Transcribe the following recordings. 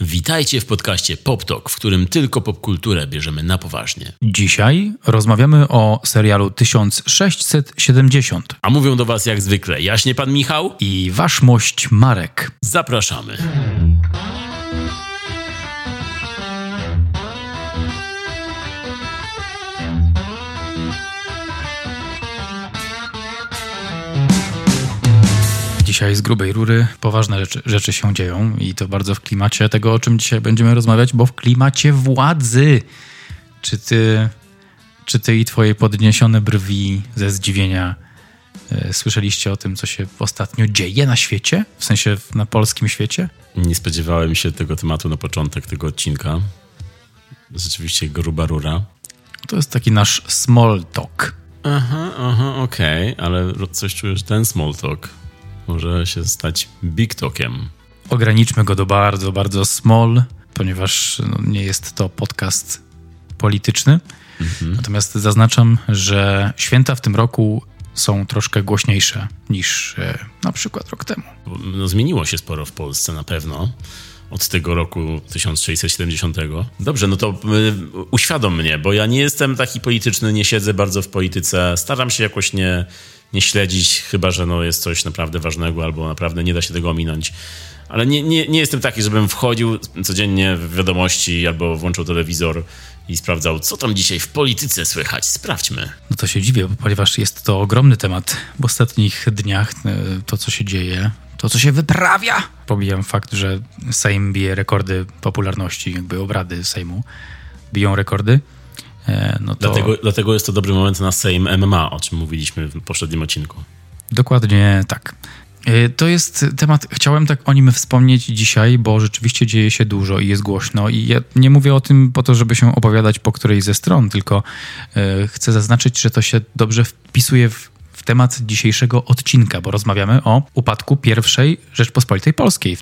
Witajcie w podcaście Pop Talk, w którym tylko popkulturę bierzemy na poważnie. Dzisiaj rozmawiamy o serialu 1670. A mówią do was jak zwykle jaśnie pan Michał I wasz mość Marek. Zapraszamy. Dzisiaj z grubej rury poważne rzeczy się dzieją i to bardzo w klimacie tego, o czym dzisiaj będziemy rozmawiać, bo w klimacie władzy. Czy ty i twoje podniesione brwi ze zdziwienia słyszeliście o tym, co się ostatnio dzieje na świecie? W sensie na polskim świecie? Nie spodziewałem się tego tematu na początek tego odcinka. Rzeczywiście gruba rura. To jest taki nasz small talk. Okej, ale coś czujesz, ten small talk może się stać big talkiem. Ograniczmy go do bardzo, bardzo small, ponieważ nie jest to podcast polityczny. Natomiast zaznaczam, że święta w tym roku są troszkę głośniejsze niż na przykład rok temu. No, zmieniło się sporo w Polsce na pewno od tego roku 1670. Dobrze, no to uświadom mnie, bo ja nie jestem taki polityczny, nie siedzę bardzo w polityce. Staram się jakoś nie śledzić, chyba że jest coś naprawdę ważnego albo naprawdę nie da się tego ominąć. Ale nie jestem taki, żebym wchodził codziennie w wiadomości albo włączył telewizor i sprawdzał, co tam dzisiaj w polityce słychać. Sprawdźmy. No to się dziwię, ponieważ jest to ogromny temat w ostatnich dniach. To, co się dzieje, to, co się wyprawia. Pomijam fakt, że Sejm bije rekordy popularności, jakby obrady Sejmu biją rekordy. No to... Dlatego jest to dobry moment na Sejm MMA, o czym mówiliśmy w poprzednim odcinku. Dokładnie tak. To jest temat, chciałem tak o nim wspomnieć dzisiaj, bo rzeczywiście dzieje się dużo i jest głośno i ja nie mówię o tym po to, żeby się opowiadać po którejś ze stron, tylko chcę zaznaczyć, że to się dobrze wpisuje w temat dzisiejszego odcinka, bo rozmawiamy o upadku I Rzeczpospolitej Polskiej w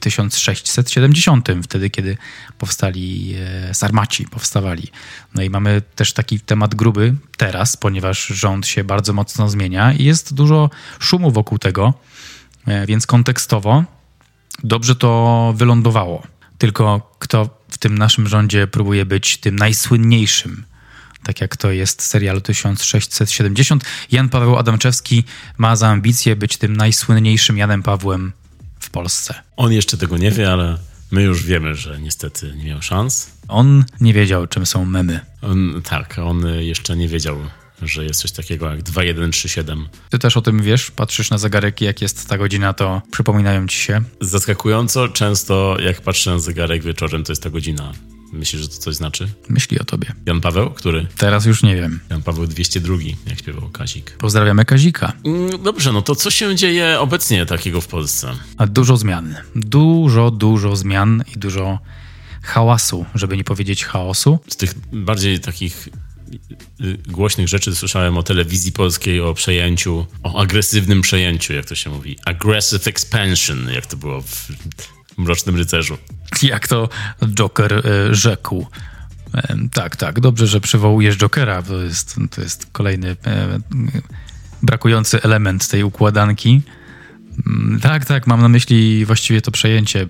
1670, wtedy kiedy powstali Sarmaci, powstawali. No i mamy też taki temat gruby teraz, ponieważ rząd się bardzo mocno zmienia i jest dużo szumu wokół tego, więc kontekstowo dobrze to wylądowało. Tylko kto w tym naszym rządzie próbuje być tym najsłynniejszym, tak jak to jest z serialu 1670. Jan Paweł Adamczewski ma za ambicję być tym najsłynniejszym Janem Pawłem w Polsce. On jeszcze tego nie wie, ale my już wiemy, że niestety nie miał szans. On nie wiedział, czym są memy. On jeszcze nie wiedział, że jest coś takiego jak 2137. Ty też o tym wiesz? Patrzysz na zegarek i jak jest ta godzina, to przypominają ci się? Zaskakująco często, jak patrzę na zegarek wieczorem, to jest ta godzina. Myślisz, że to coś znaczy? Myśli o tobie. Jan Paweł? Który? Teraz już nie wiem. Jan Paweł 202, jak śpiewał Kazik. Pozdrawiamy Kazika. Dobrze, no to co się dzieje obecnie takiego w Polsce? A dużo zmian. Dużo zmian i dużo hałasu, żeby nie powiedzieć chaosu. Z tych bardziej takich głośnych rzeczy słyszałem o telewizji polskiej, o przejęciu, o agresywnym przejęciu, jak to się mówi. Aggressive expansion, jak to było w Mrocznym Rycerzu. Jak to Joker rzekł. Tak, dobrze, że przywołujesz Jokera. To jest kolejny brakujący element tej układanki. Tak, mam na myśli właściwie to przejęcie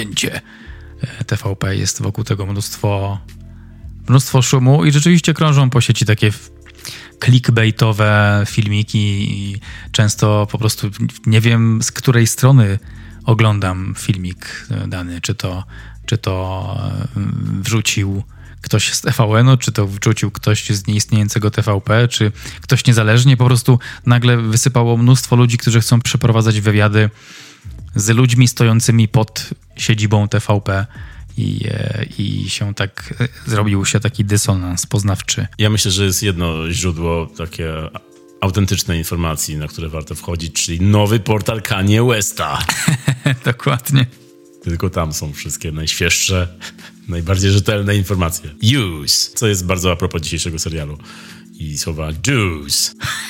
TVP. Jest wokół tego mnóstwo szumu i rzeczywiście krążą po sieci takie clickbaitowe filmiki i często po prostu nie wiem, z której strony oglądam filmik dany, czy to wrzucił ktoś z TVN-u, czy to wrzucił ktoś z nieistniejącego TVP, czy ktoś niezależnie. Po prostu nagle wysypało mnóstwo ludzi, którzy chcą przeprowadzać wywiady z ludźmi stojącymi pod siedzibą TVP i się tak zrobił się taki dysonans poznawczy. Ja myślę, że jest jedno źródło takie autentycznej informacji, na które warto wchodzić, czyli nowy portal Kanye Westa. Dokładnie. Tylko tam są wszystkie najświeższe, najbardziej rzetelne informacje. Use, co jest bardzo a propos dzisiejszego serialu. I słowa juice.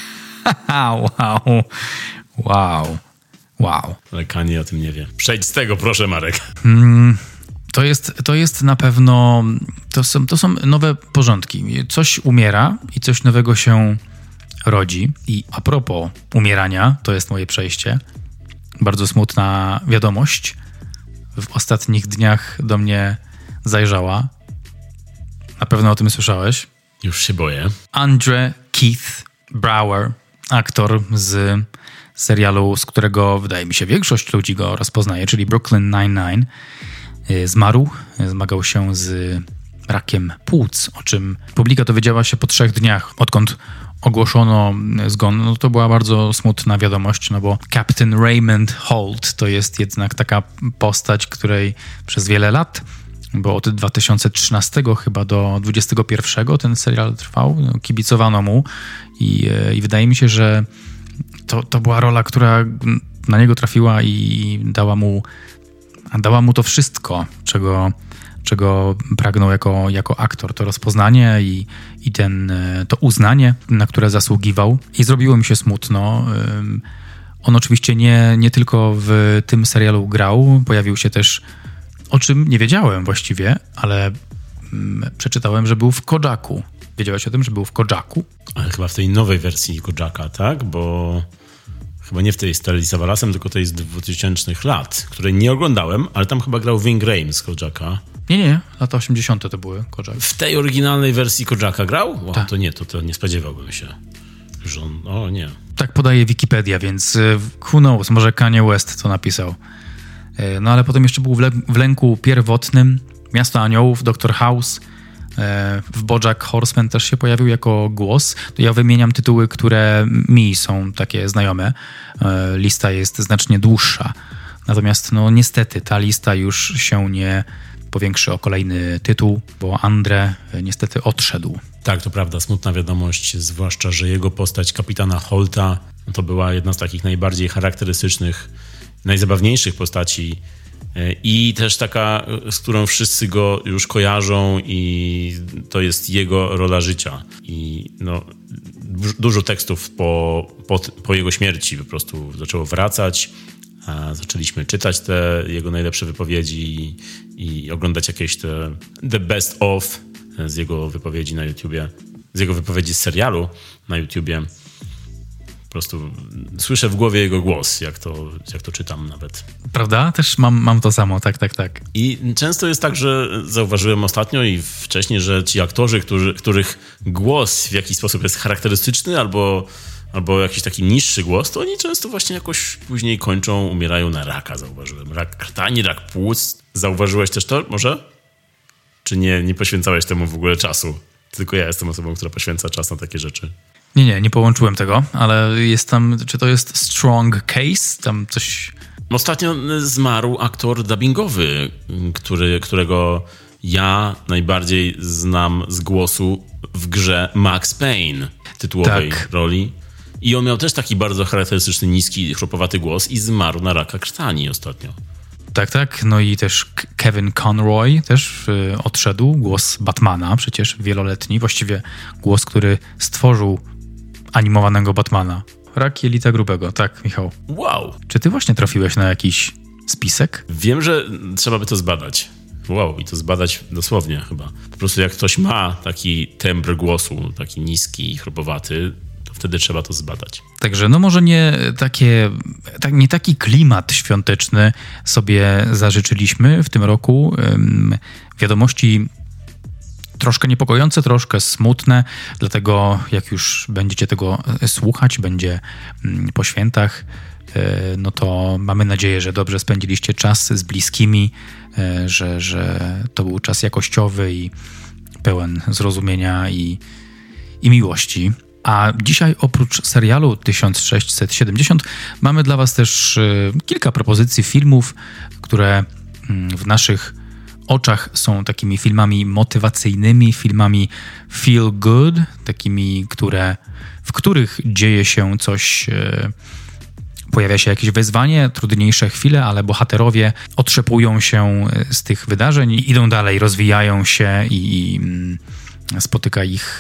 Wow. Ale Kanye o tym nie wie. Przejdź z tego, proszę, Marek. To jest na pewno... To są nowe porządki. Coś umiera i coś nowego się rodzi. I a propos umierania, to jest moje przejście. Bardzo smutna wiadomość. W ostatnich dniach do mnie zajrzała. Na pewno o tym słyszałeś. Już się boję. Andre Keith Brower, aktor z serialu, z którego wydaje mi się większość ludzi go rozpoznaje, czyli Brooklyn Nine-Nine, zmarł. Zmagał się z rakiem płuc, o czym publika dowiedziała się po 3 dniach, odkąd ogłoszono zgon. No to była bardzo smutna wiadomość, no bo Captain Raymond Holt to jest jednak taka postać, której przez wiele lat, bo od 2013 chyba do 2021 ten serial trwał, kibicowano mu i wydaje mi się, że to była rola, która na niego trafiła i dała mu to wszystko, czego pragnął jako aktor. To rozpoznanie i to uznanie, na które zasługiwał. I zrobiło mi się smutno. On oczywiście nie tylko w tym serialu grał, pojawił się też, o czym nie wiedziałem właściwie, ale przeczytałem, że był w Kojaku. Wiedziałeś o tym, że był w Kojaku? Ale chyba w tej nowej wersji Kojaka, tak? Bo chyba nie w tej z Telly Savalasem, tylko tej z 2000 lat, której nie oglądałem, ale tam chyba grał Ving Rhames z Kojaka. Nie, lata 80. to były Kojak. W tej oryginalnej wersji Kojaka grał? Tak. To nie spodziewałbym się. Że on, nie. Tak podaje Wikipedia, więc who knows, może Kanye West to napisał. No ale potem jeszcze był w Lęku Pierwotnym, Miasto Aniołów, Dr. House, w BoJack Horseman też się pojawił jako głos. To ja wymieniam tytuły, które mi są takie znajome. Lista jest znacznie dłuższa. Natomiast no niestety ta lista już się nie powiększy o kolejny tytuł, bo Andre niestety odszedł. Tak, to prawda, smutna wiadomość, zwłaszcza, że jego postać kapitana Holta to była jedna z takich najbardziej charakterystycznych, najzabawniejszych postaci i też taka, z którą wszyscy go już kojarzą i to jest jego rola życia. I no, dużo tekstów po jego śmierci po prostu zaczęło wracać. Zaczęliśmy czytać te jego najlepsze wypowiedzi i oglądać jakieś the best of z jego wypowiedzi na YouTubie, z jego wypowiedzi z serialu na YouTubie. Po prostu słyszę w głowie jego głos, jak to czytam nawet. Prawda? Też mam to samo, tak. I często jest tak, że zauważyłem ostatnio i wcześniej, że ci aktorzy, których głos w jakiś sposób jest charakterystyczny albo jakiś taki niższy głos, to oni często właśnie jakoś później umierają na raka, zauważyłem. Rak krtani, rak płuc. Zauważyłeś też to może? Czy nie poświęcałeś temu w ogóle czasu? Tylko ja jestem osobą, która poświęca czas na takie rzeczy. Nie połączyłem tego, ale jest tam, czy to jest strong case? Tam coś... Ostatnio zmarł aktor dubbingowy, którego ja najbardziej znam z głosu w grze Max Payne, tytułowej roli. I on miał też taki bardzo charakterystyczny, niski, chropowaty głos i zmarł na raka krtani ostatnio. Tak. No i też Kevin Conroy też odszedł. Głos Batmana, przecież wieloletni. Właściwie głos, który stworzył animowanego Batmana. Rak jelita grubego, tak, Michał. Wow! Czy ty właśnie trafiłeś na jakiś spisek? Wiem, że trzeba by to zbadać. Wow, i to zbadać dosłownie chyba. Po prostu jak ktoś ma taki tembr głosu, taki niski i chropowaty, to wtedy trzeba to zbadać. Także no może nie taki klimat świąteczny sobie zażyczyliśmy w tym roku. Wiadomości troszkę niepokojące, troszkę smutne, dlatego jak już będziecie tego słuchać, będzie po świętach, no to mamy nadzieję, że dobrze spędziliście czas z bliskimi, że to był czas jakościowy i pełen zrozumienia i miłości. A dzisiaj oprócz serialu 1670 mamy dla was też kilka propozycji filmów, które w naszych oczach są takimi filmami motywacyjnymi, filmami feel good, takimi, w których dzieje się coś, pojawia się jakieś wyzwanie, trudniejsze chwile, ale bohaterowie otrzepują się z tych wydarzeń, idą dalej, rozwijają się i spotyka ich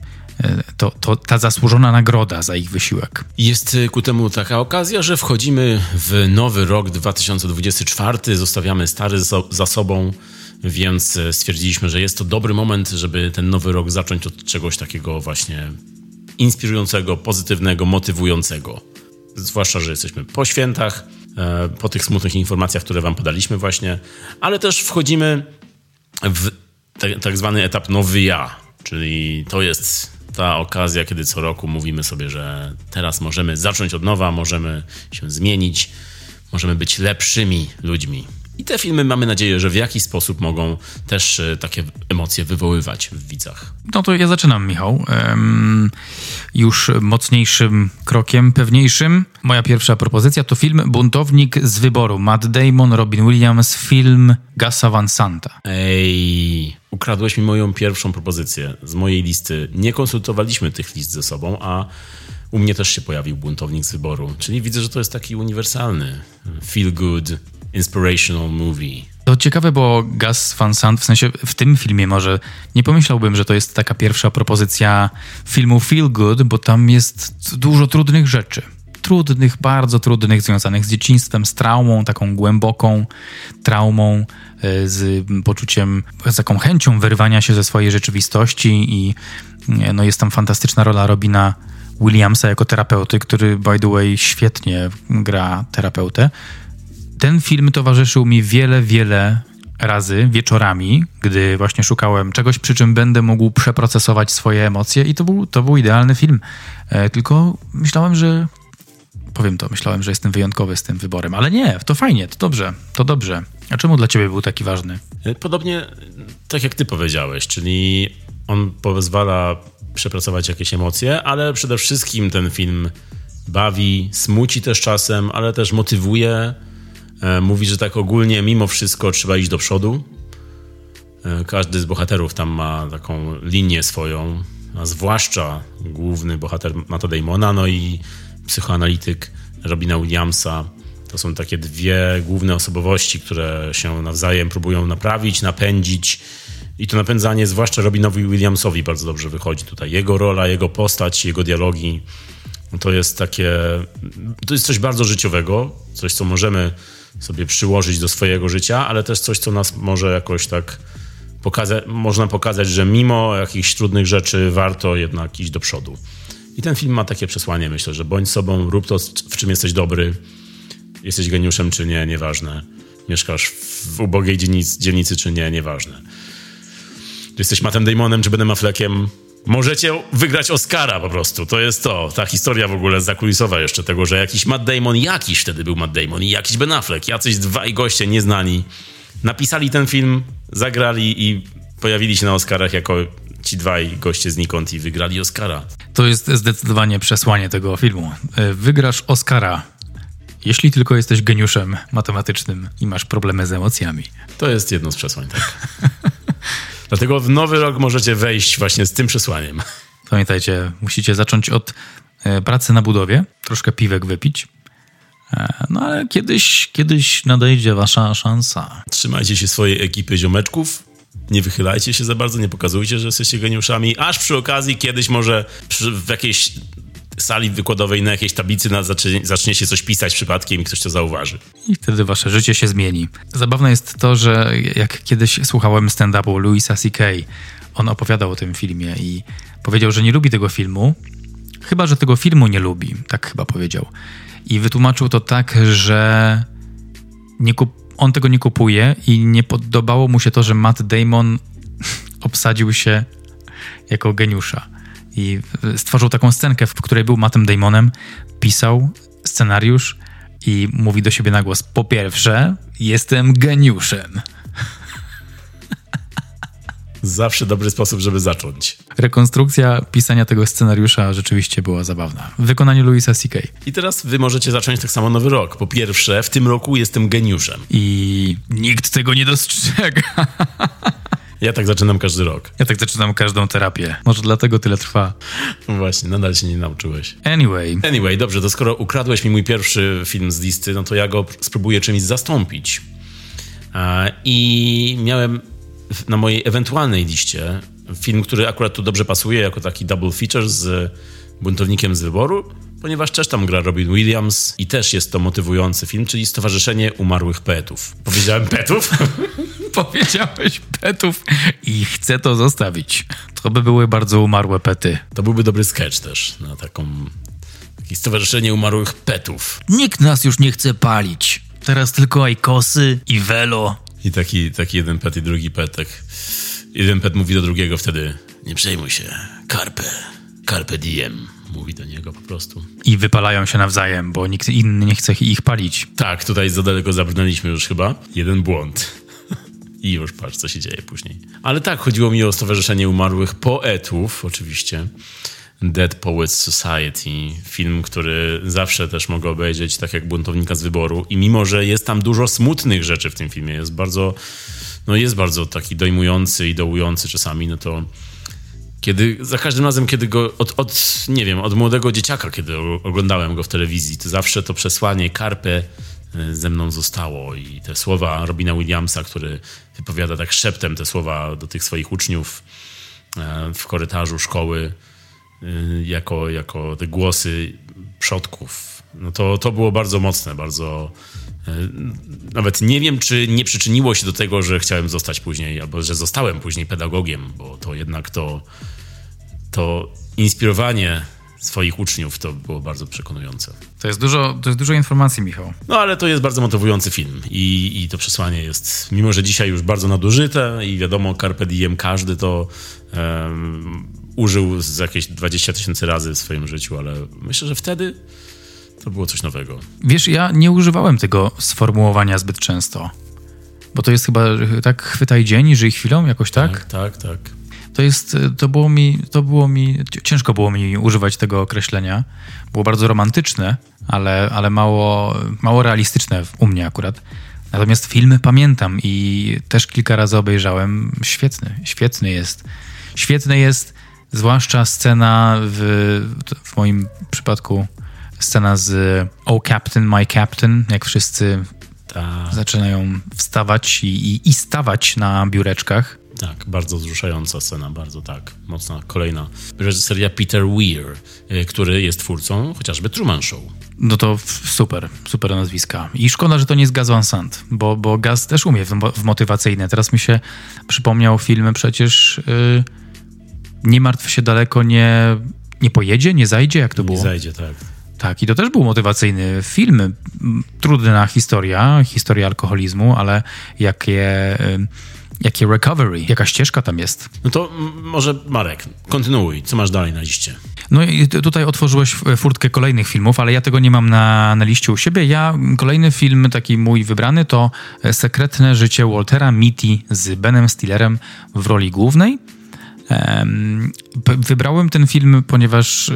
ta zasłużona nagroda za ich wysiłek. Jest ku temu taka okazja, że wchodzimy w nowy rok 2024, zostawiamy stary za sobą, więc stwierdziliśmy, że jest to dobry moment, żeby ten nowy rok zacząć od czegoś takiego właśnie inspirującego, pozytywnego, motywującego. Zwłaszcza, że jesteśmy po świętach, po tych smutnych informacjach, które wam podaliśmy właśnie, ale też wchodzimy w tak zwany etap nowy ja, czyli to jest ta okazja, kiedy co roku mówimy sobie, że teraz możemy zacząć od nowa, możemy się zmienić, możemy być lepszymi ludźmi. I te filmy, mamy nadzieję, że w jakiś sposób mogą też takie emocje wywoływać w widzach. No to ja zaczynam, Michał. Już mocniejszym krokiem, pewniejszym. Moja pierwsza propozycja to film Buntownik z wyboru. Matt Damon, Robin Williams, film Gasa Van Santa. Ej, ukradłeś mi moją pierwszą propozycję z mojej listy. Nie konsultowaliśmy tych list ze sobą, a u mnie też się pojawił Buntownik z wyboru. Czyli widzę, że to jest taki uniwersalny feel good, inspirational movie. To ciekawe, bo Gus Van Sant, w sensie w tym filmie może nie pomyślałbym, że to jest taka pierwsza propozycja filmu feel good, bo tam jest dużo trudnych rzeczy. Trudnych, bardzo trudnych, związanych z dzieciństwem, z traumą, taką głęboką traumą, z poczuciem, z taką chęcią wyrwania się ze swojej rzeczywistości i no jest tam fantastyczna rola Robina Williamsa jako terapeuty, który by the way świetnie gra terapeutę. Ten film towarzyszył mi wiele razy wieczorami, gdy właśnie szukałem czegoś, przy czym będę mógł przeprocesować swoje emocje i to był idealny film. Tylko myślałem, że jestem wyjątkowy z tym wyborem, ale nie, to fajnie, to dobrze. A czemu dla ciebie był taki ważny? Podobnie tak jak ty powiedziałeś, czyli on pozwala przepracować jakieś emocje, ale przede wszystkim ten film bawi, smuci też czasem, ale też motywuje. Mówi, że tak ogólnie mimo wszystko trzeba iść do przodu. Każdy z bohaterów tam ma taką linię swoją, a zwłaszcza główny bohater Matta Damona, no i psychoanalityk Robina Williamsa. To są takie dwie główne osobowości, które się nawzajem próbują naprawić, napędzić. I to napędzanie zwłaszcza Robinowi Williamsowi bardzo dobrze wychodzi tutaj. Jego rola, jego postać, jego dialogi. To jest coś bardzo życiowego, coś, co możemy sobie przyłożyć do swojego życia, ale też coś, co nas może jakoś tak można pokazać, że mimo jakichś trudnych rzeczy warto jednak iść do przodu. I ten film ma takie przesłanie, myślę, że bądź sobą, rób to, w czym jesteś dobry, jesteś geniuszem czy nie, nieważne. Mieszkasz w ubogiej dzielnicy czy nie, nieważne. Jesteś Mattem Damonem czy Benem Affleckiem, możecie wygrać Oscara po prostu. To jest ta historia w ogóle zakulisowa jeszcze tego, że jakiś wtedy był Matt Damon i jakiś Ben Affleck, jacyś dwaj goście nieznani, napisali ten film, zagrali i pojawili się na Oscarach jako ci dwaj goście znikąd i wygrali Oscara. To jest zdecydowanie przesłanie tego filmu. Wygrasz Oscara, jeśli tylko jesteś geniuszem matematycznym i masz problemy z emocjami. To jest jedno z przesłań, tak. Dlatego w nowy rok możecie wejść właśnie z tym przesłaniem. Pamiętajcie, musicie zacząć od pracy na budowie, troszkę piwek wypić. No ale kiedyś nadejdzie wasza szansa. Trzymajcie się swojej ekipy ziomeczków, nie wychylajcie się za bardzo, nie pokazujcie, że jesteście geniuszami, aż przy okazji kiedyś może w jakiejś sali wykładowej na jakiejś tablicy zaczniecie coś pisać przypadkiem i ktoś to zauważy. I wtedy wasze życie się zmieni. Zabawne jest to, że jak kiedyś słuchałem stand-upu Louisa C.K., on opowiadał o tym filmie i powiedział, że nie lubi tego filmu, chyba że tego filmu nie lubi, tak chyba powiedział. I wytłumaczył to tak, że on tego nie kupuje i nie podobało mu się to, że Matt Damon obsadził się jako geniusza. I stworzył taką scenkę, w której był Mattem Damonem, pisał scenariusz i mówi do siebie na głos: po pierwsze, jestem geniuszem. Zawsze dobry sposób, żeby zacząć. Rekonstrukcja pisania tego scenariusza rzeczywiście była zabawna. W wykonaniu Louisa C.K. I teraz wy możecie zacząć tak samo nowy rok. Po pierwsze, w tym roku jestem geniuszem. I nikt tego nie dostrzega. Ja tak zaczynam każdy rok. Ja tak zaczynam każdą terapię. Może dlatego tyle trwa. Właśnie, nadal się nie nauczyłeś. Anyway, dobrze, to skoro ukradłeś mi mój pierwszy film z listy, no to ja go spróbuję czymś zastąpić. I miałem na mojej ewentualnej liście film, który akurat tu dobrze pasuje, jako taki double feature z Buntownikiem z wyboru, ponieważ też tam gra Robin Williams i też jest to motywujący film, czyli Stowarzyszenie Umarłych Poetów. Powiedziałem petów? Powiedziałeś petów i chcę to zostawić. To by były bardzo umarłe pety. To byłby dobry sketch też na takie Stowarzyszenie Umarłych Petów. Nikt nas już nie chce palić. Teraz tylko ajkosy i welo. I taki jeden pet i drugi pet, tak. Jeden pet mówi do drugiego wtedy: nie przejmuj się, carpe diem. Mówi do niego po prostu. I wypalają się nawzajem, bo nikt inny nie chce ich palić. Tak, tutaj za daleko zabrnęliśmy już chyba. Jeden błąd. I już patrz, co się dzieje później. Ale tak, chodziło mi o Stowarzyszenie Umarłych Poetów, oczywiście. Dead Poets Society. Film, który zawsze też mogę obejrzeć, tak jak Buntownika z Wyboru. I mimo, że jest tam dużo smutnych rzeczy w tym filmie, jest bardzo taki dojmujący i dołujący czasami, no to za każdym razem, kiedy go od młodego dzieciaka, kiedy oglądałem go w telewizji, to zawsze to przesłanie Carpe ze mną zostało i te słowa Robina Williamsa, który wypowiada tak szeptem te słowa do tych swoich uczniów w korytarzu szkoły, jako te głosy przodków. No to było bardzo mocne, bardzo... Nawet nie wiem, czy nie przyczyniło się do tego, że chciałem zostać później, albo że zostałem później pedagogiem, bo to jednak to inspirowanie swoich uczniów to było bardzo przekonujące. To jest dużo informacji, Michał. No ale to jest bardzo motywujący film i to przesłanie jest, mimo że dzisiaj już bardzo nadużyte i wiadomo, carpe diem każdy to użył z jakieś 20 000 razy w swoim życiu, ale myślę, że wtedy to było coś nowego. Wiesz, ja nie używałem tego sformułowania zbyt często, bo to jest chyba tak chwytaj dzień, żyj chwilą, jakoś tak? Tak. To było mi ciężko było mi używać tego określenia. Było bardzo romantyczne, ale mało realistyczne u mnie akurat. Natomiast filmy pamiętam i też kilka razy obejrzałem. Świetny jest, zwłaszcza scena w moim przypadku scena z Oh Captain, My Captain, jak wszyscy zaczynają wstawać i stawać na biureczkach. Tak, bardzo wzruszająca scena, bardzo tak, mocna. Kolejna reżyseria Peter Weir, który jest twórcą chociażby Truman Show. No to super nazwiska. I szkoda, że to nie jest Gus Van Sant, bo Gus też umie w motywacyjne. Teraz mi się przypomniał film przecież Nie martw się daleko, nie pojedzie, nie zajdzie, jak to było? Nie zajdzie, tak. Tak, i to też był motywacyjny film. Trudna historia alkoholizmu, ale jakie recovery, jaka ścieżka tam jest. No to może Marek, kontynuuj. Co masz dalej na liście? No i tutaj otworzyłeś furtkę kolejnych filmów, ale ja tego nie mam na liście u siebie. Kolejny film taki mój wybrany to Sekretne życie Waltera Mitty z Benem Stillerem w roli głównej. Wybrałem ten film, ponieważ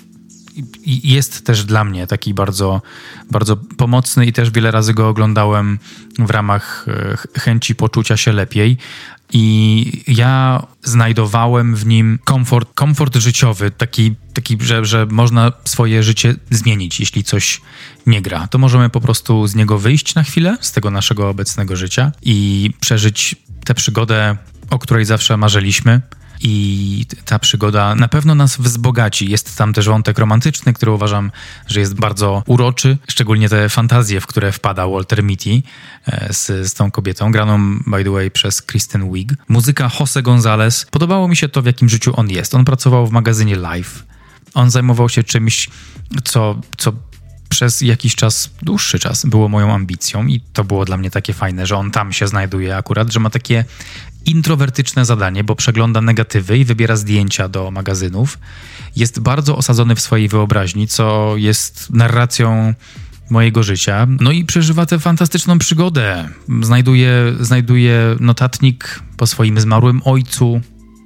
jest też dla mnie taki bardzo, bardzo pomocny i też wiele razy go oglądałem w ramach chęci poczucia się lepiej i ja znajdowałem w nim komfort życiowy, taki że można swoje życie zmienić, jeśli coś nie gra. To możemy po prostu z niego wyjść na chwilę, z tego naszego obecnego życia i przeżyć tę przygodę, o której zawsze marzyliśmy. I ta przygoda na pewno nas wzbogaci. Jest tam też wątek romantyczny, który uważam, że jest bardzo uroczy. Szczególnie te fantazje, w które wpada Walter Mitty z tą kobietą, graną, by the way, przez Kristen Wiig. Muzyka Jose González. Podobało mi się to, w jakim życiu on jest. On pracował w magazynie Life. On zajmował się czymś, co przez jakiś czas, dłuższy czas było moją ambicją i to było dla mnie takie fajne, że on tam się znajduje akurat, że ma takie introwertyczne zadanie, bo przegląda negatywy i wybiera zdjęcia do magazynów. Jest bardzo osadzony w swojej wyobraźni, co jest narracją mojego życia. No i przeżywa tę fantastyczną przygodę. Znajduje notatnik po swoim zmarłym ojcu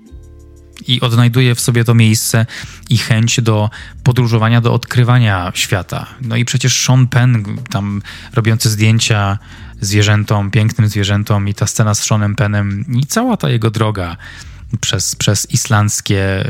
i odnajduje w sobie to miejsce i chęć do podróżowania, do odkrywania świata. No i przecież Sean Penn tam robiący zdjęcia zwierzętom, pięknym zwierzętom i ta scena z Seanem Pennem i cała ta jego droga przez islandzkie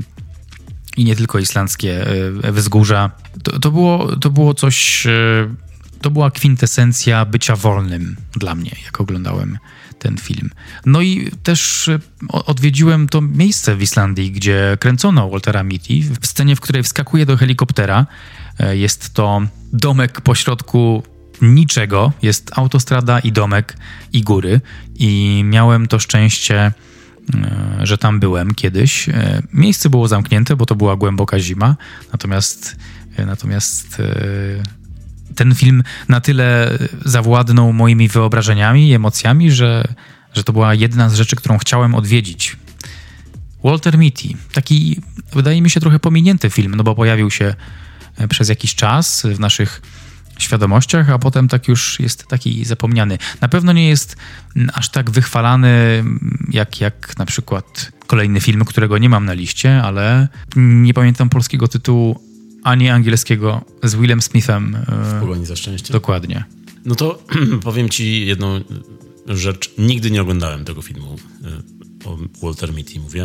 i nie tylko islandzkie wzgórza. To było coś, to była kwintesencja bycia wolnym dla mnie, jak oglądałem ten film. No i też odwiedziłem to miejsce w Islandii, gdzie kręcono Waltera Mitty w scenie, w której wskakuje do helikoptera. Jest to domek pośrodku niczego. Jest autostrada i domek i góry. I miałem to szczęście, że tam byłem kiedyś. Miejsce było zamknięte, bo to była głęboka zima. Natomiast ten film na tyle zawładnął moimi wyobrażeniami i emocjami, że to była jedna z rzeczy, którą chciałem odwiedzić. Walter Mitty. Taki, wydaje mi się, trochę pominięty film, no bo pojawił się przez jakiś czas w naszych świadomościach, a potem tak już jest taki zapomniany. Na pewno nie jest aż tak wychwalany jak na przykład kolejny film, którego nie mam na liście, ale nie pamiętam polskiego tytułu ani angielskiego z Willem Smithem. W pogoni za szczęściem. Dokładnie. No to powiem ci jedną rzecz. Nigdy nie oglądałem tego filmu. O Walter Mitty mówię.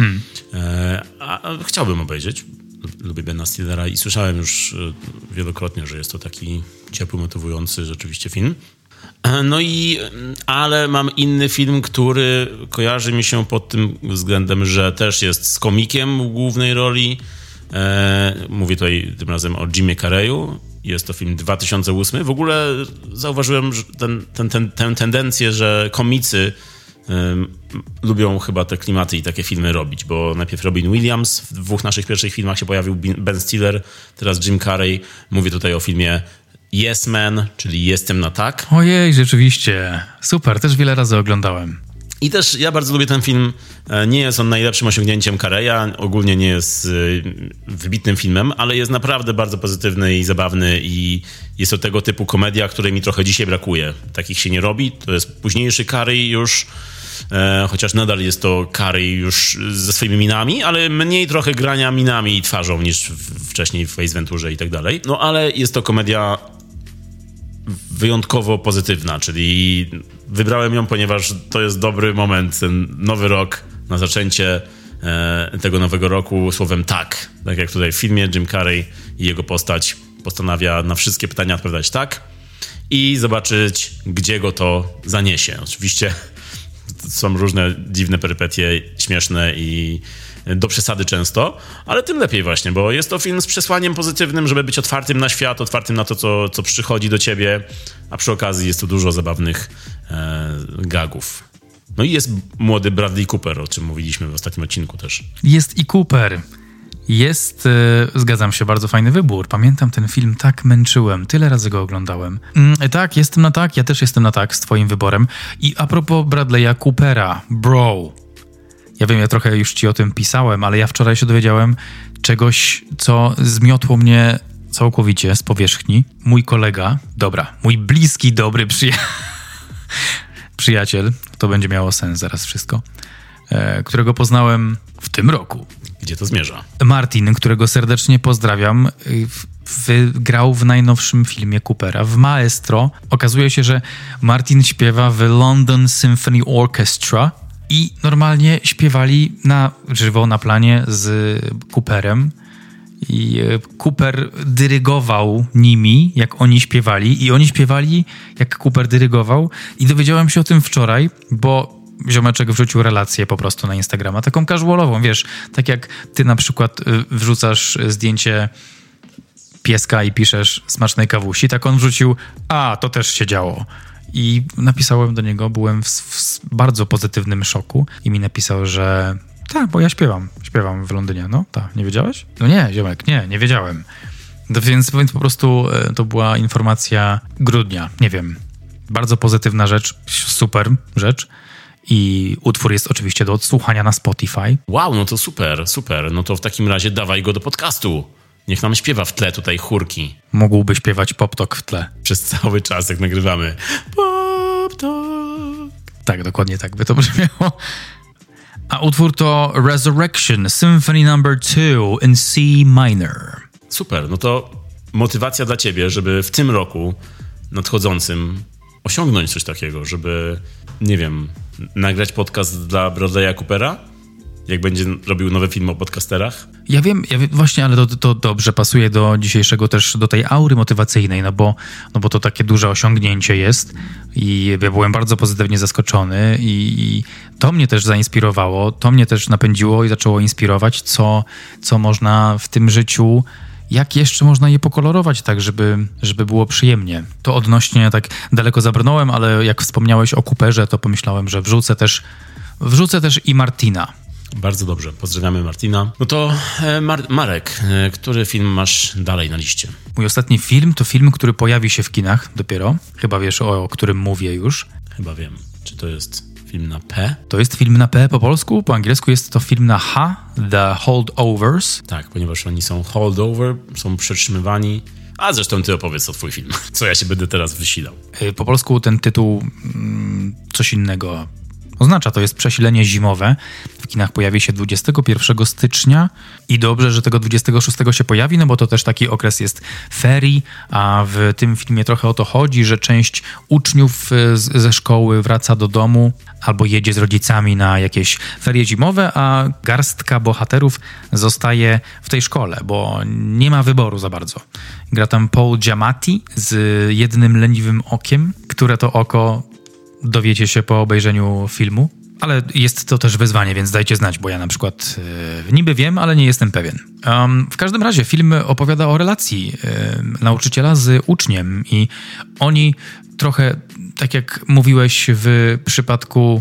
A chciałbym obejrzeć. Lubię Bena Stillera i słyszałem już wielokrotnie, że jest to taki ciepły, motywujący rzeczywiście film. No i, ale mam inny film, który kojarzy mi się pod tym względem, że też jest z komikiem w głównej roli. Mówię tutaj tym razem o Jimie Carreyu. Jest to film 2008. W ogóle zauważyłem że tę tendencję, że komicy lubią chyba te klimaty i takie filmy robić, bo najpierw Robin Williams, w 2 naszych pierwszych filmach się pojawił Ben Stiller, teraz Jim Carrey. Mówię tutaj o filmie Yes Man, czyli Jestem na tak. Ojej, rzeczywiście. Super, też wiele razy oglądałem. I też ja bardzo lubię ten film. Nie jest on najlepszym osiągnięciem Carreya, ogólnie nie jest wybitnym filmem, ale jest naprawdę bardzo pozytywny i zabawny i jest to tego typu komedia, której mi trochę dzisiaj brakuje. Takich się nie robi. To jest późniejszy Carrey już, chociaż nadal jest to Carrey już ze swoimi minami, ale mniej trochę grania minami i twarzą niż wcześniej w Face Venturze i tak dalej. No ale jest to komedia wyjątkowo pozytywna, czyli wybrałem ją, ponieważ to jest dobry moment, ten nowy rok, na zaczęcie tego nowego roku słowem tak. Tak jak tutaj w filmie Jim Carrey i jego postać postanawia na wszystkie pytania odpowiadać tak i zobaczyć, gdzie go to zaniesie. Oczywiście są różne dziwne perypetie, śmieszne i do przesady często, ale tym lepiej właśnie, bo jest to film z przesłaniem pozytywnym, żeby być otwartym na świat, otwartym na to, co przychodzi do ciebie, a przy okazji jest tu dużo zabawnych gagów. No i jest młody Bradley Cooper, o czym mówiliśmy w ostatnim odcinku też. Jest i Cooper. Jest, zgadzam się, bardzo fajny wybór. Pamiętam ten film, tak męczyłem. Tyle razy go oglądałem. Tak, jestem na tak. Ja też jestem na tak z twoim wyborem. I a propos Bradley'a Coopera, bro. Ja wiem, ja trochę już ci o tym pisałem, ale ja wczoraj się dowiedziałem czegoś, co zmiotło mnie całkowicie z powierzchni. Mój kolega, mój bliski, dobry przyjaciel, to będzie miało sens zaraz wszystko, którego poznałem w tym roku. Gdzie to zmierza? Martin, którego serdecznie pozdrawiam, grał w najnowszym filmie Coopera, w Maestro. Okazuje się, że Martin śpiewa w London Symphony Orchestra i normalnie śpiewali na żywo, na planie z Cooperem. I Cooper dyrygował nimi, jak oni śpiewali, i oni śpiewali, jak Cooper dyrygował. I dowiedziałem się o tym wczoraj, bo ziomeczek wrzucił relację po prostu na Instagrama, taką casualową, wiesz, tak jak ty na przykład wrzucasz zdjęcie pieska i piszesz smacznej kawusi, tak on wrzucił, to też się działo. I napisałem do niego, byłem w bardzo pozytywnym szoku i mi napisał, że tak, bo ja śpiewam w Londynie. No tak, nie wiedziałeś? No nie, ziomek, nie wiedziałem. Więc po prostu to była informacja grudnia, nie wiem, bardzo pozytywna rzecz, super rzecz. I utwór jest oczywiście do odsłuchania na Spotify. Wow, no to super. No to w takim razie dawaj go do podcastu. Niech nam śpiewa w tle tutaj chórki. Mógłby śpiewać pop-talk w tle. Przez cały czas, jak nagrywamy. Pop-talk. Tak, dokładnie tak by to brzmiało. A utwór to Resurrection, Symphony No. 2 in C minor. Super, no to motywacja dla ciebie, żeby w tym roku nadchodzącym osiągnąć coś takiego, żeby, nie wiem, nagrać podcast dla Bradley'a Coopera? Jak będzie robił nowy film o podcasterach? Ja wiem właśnie, ale to dobrze pasuje do dzisiejszego też, do tej aury motywacyjnej, no bo to takie duże osiągnięcie jest i ja byłem bardzo pozytywnie zaskoczony i to mnie też zainspirowało, to mnie też napędziło i zaczęło inspirować, co można w tym życiu, jak jeszcze można je pokolorować tak, żeby było przyjemnie. To odnośnie, tak daleko zabrnąłem, ale jak wspomniałeś o Cooperze, to pomyślałem, że wrzucę też i Martina. Bardzo dobrze, pozdrawiamy Martina. No to Marek, który film masz dalej na liście? Mój ostatni film to film, który pojawi się w kinach dopiero. Chyba wiesz, o którym mówię już. Chyba wiem. Czy to jest film na P? To jest film na P po polsku, po angielsku jest to film na H, The Holdovers. Tak, ponieważ oni są holdover, są przetrzymywani. A zresztą ty opowiedz o twój film, co ja się będę teraz wysilał. Po polsku ten tytuł coś innego oznacza. To jest przesilenie zimowe. W kinach pojawi się 21 stycznia i dobrze, że tego 26 się pojawi, no bo to też taki okres jest ferii, a w tym filmie trochę o to chodzi, że część uczniów ze szkoły wraca do domu albo jedzie z rodzicami na jakieś ferie zimowe, a garstka bohaterów zostaje w tej szkole, bo nie ma wyboru za bardzo. Gra tam Paul Giamatti z jednym leniwym okiem, które to oko dowiecie się po obejrzeniu filmu, ale jest to też wyzwanie, więc dajcie znać, bo ja na przykład niby wiem, ale nie jestem pewien. W każdym razie film opowiada o relacji nauczyciela z uczniem i oni trochę, tak jak mówiłeś w przypadku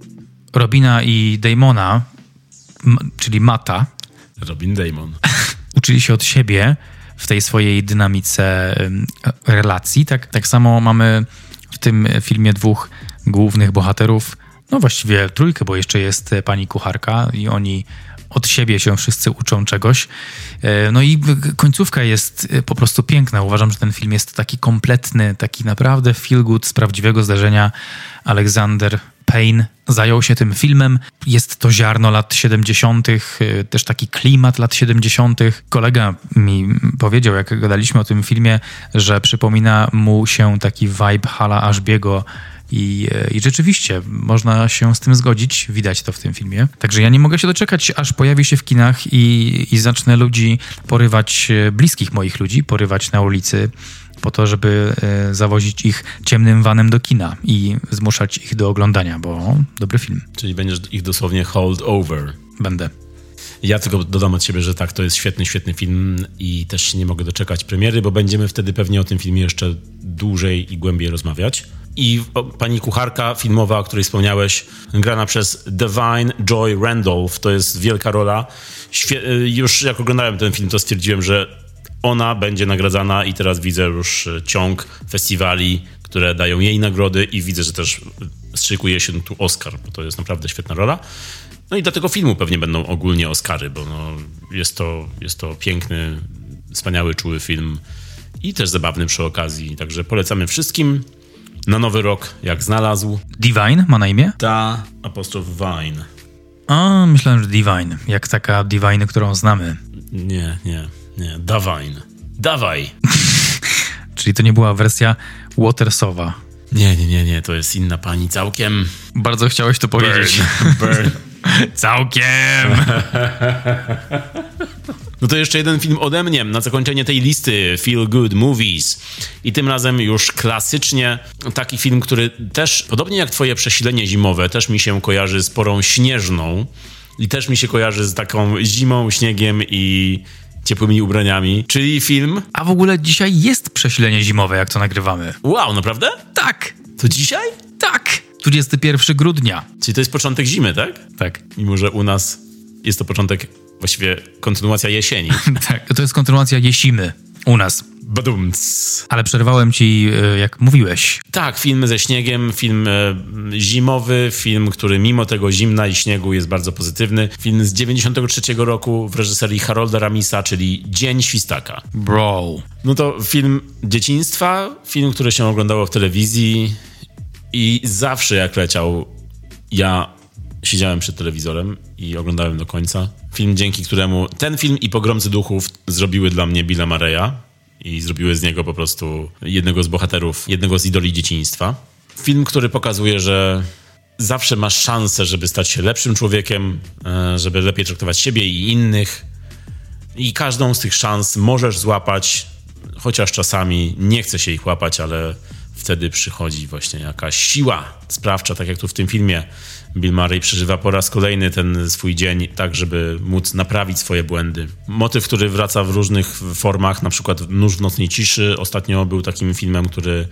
Robina i Damona, czyli Matta. Robin Damon. Uczyli się od siebie w tej swojej dynamice relacji. Tak samo mamy w tym filmie dwóch głównych bohaterów, no właściwie trójkę, bo jeszcze jest pani kucharka i oni od siebie się wszyscy uczą czegoś. No i końcówka jest po prostu piękna. Uważam, że ten film jest taki kompletny, taki naprawdę feel good z prawdziwego zdarzenia. Alexander Payne zajął się tym filmem. Jest to ziarno lat 70., też taki klimat lat 70. Kolega mi powiedział, jak gadaliśmy o tym filmie, że przypomina mu się taki vibe Hala Ashby'ego i rzeczywiście można się z tym zgodzić, widać to w tym filmie. Także ja nie mogę się doczekać, aż pojawi się w kinach i zacznę ludzi porywać, bliskich moich ludzi, porywać na ulicy po to, żeby zawozić ich ciemnym vanem do kina i zmuszać ich do oglądania, bo dobry film. Czyli będziesz ich dosłownie hold over. Będę. Ja tylko dodam od siebie, że tak, to jest świetny film i też się nie mogę doczekać premiery, bo będziemy wtedy pewnie o tym filmie jeszcze dłużej i głębiej rozmawiać. I pani kucharka filmowa, o której wspomniałeś, grana przez Da'Vine Joy Randolph, to jest wielka rola. Już jak oglądałem ten film, to stwierdziłem, że ona będzie nagradzana i teraz widzę już ciąg festiwali, które dają jej nagrody i widzę, że też szykuje się tu Oscar, bo to jest naprawdę świetna rola. No i do tego filmu pewnie będą ogólnie Oscary, bo no jest to piękny, wspaniały, czuły film i też zabawny przy okazji. Także polecamy wszystkim na nowy rok, jak znalazł. Divine ma na imię? Vine. A, myślałem, że Divine, jak taka Divine, którą znamy. Nie, Da'Vine. Dawaj! Czyli to nie była wersja Watersowa. Nie, to jest inna pani całkiem. Bardzo chciałeś to powiedzieć. Burn. Całkiem! No to jeszcze jeden film ode mnie na zakończenie tej listy Feel Good Movies. I tym razem już klasycznie taki film, który też, podobnie jak twoje przesilenie zimowe, też mi się kojarzy z porą śnieżną i też mi się kojarzy z taką zimą, śniegiem i ciepłymi ubraniami, czyli film... A w ogóle dzisiaj jest przesilenie zimowe, jak to nagrywamy. Wow, naprawdę? Tak! To dzisiaj? Tak! 21 grudnia. Czyli to jest początek zimy, tak? Tak. Mimo, że u nas jest to początek, właściwie kontynuacja jesieni. Tak, to jest kontynuacja jesimy u nas. Badumc. Ale przerwałem ci, jak mówiłeś. Tak, film ze śniegiem, film zimowy, film, który mimo tego zimna i śniegu jest bardzo pozytywny. Film z 93 roku w reżyserii Harolda Ramisa, czyli Dzień Świstaka. Bro. No to film dzieciństwa, film, który się oglądało w telewizji i zawsze jak leciał, ja siedziałem przed telewizorem i oglądałem do końca. Film, dzięki któremu ten film i Pogromcy Duchów zrobiły dla mnie Billa Murraya i zrobiły z niego po prostu jednego z bohaterów, jednego z idoli dzieciństwa. Film, który pokazuje, że zawsze masz szansę, żeby stać się lepszym człowiekiem, żeby lepiej traktować siebie i innych. I każdą z tych szans możesz złapać, chociaż czasami nie chce się ich łapać, ale wtedy przychodzi właśnie jakaś siła sprawcza, tak jak tu w tym filmie. Bill Murray przeżywa po raz kolejny ten swój dzień tak, żeby móc naprawić swoje błędy. Motyw, który wraca w różnych formach, na przykład Nóż w nocnej ciszy ostatnio był takim filmem, który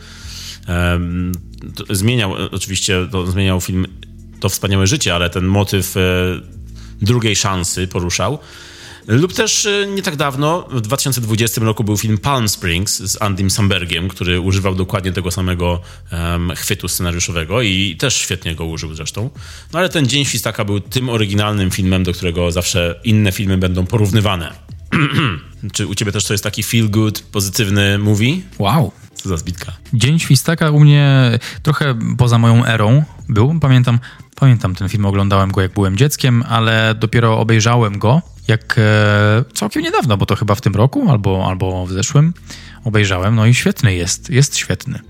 zmieniał film To wspaniałe życie, ale ten motyw drugiej szansy poruszał. Lub też nie tak dawno, w 2020 roku był film Palm Springs z Andym Sambergiem, który używał dokładnie tego samego chwytu scenariuszowego i też świetnie go użył zresztą. No ale ten Dzień Świstaka był tym oryginalnym filmem, do którego zawsze inne filmy będą porównywane. Czy u ciebie też to jest taki feel good, pozytywny movie? Wow. Co za zbitka. Dzień Świstaka u mnie trochę poza moją erą był. Pamiętam ten film, oglądałem go jak byłem dzieckiem, ale dopiero obejrzałem go jak całkiem niedawno, bo to chyba w tym roku albo w zeszłym obejrzałem. No i świetny jest świetny.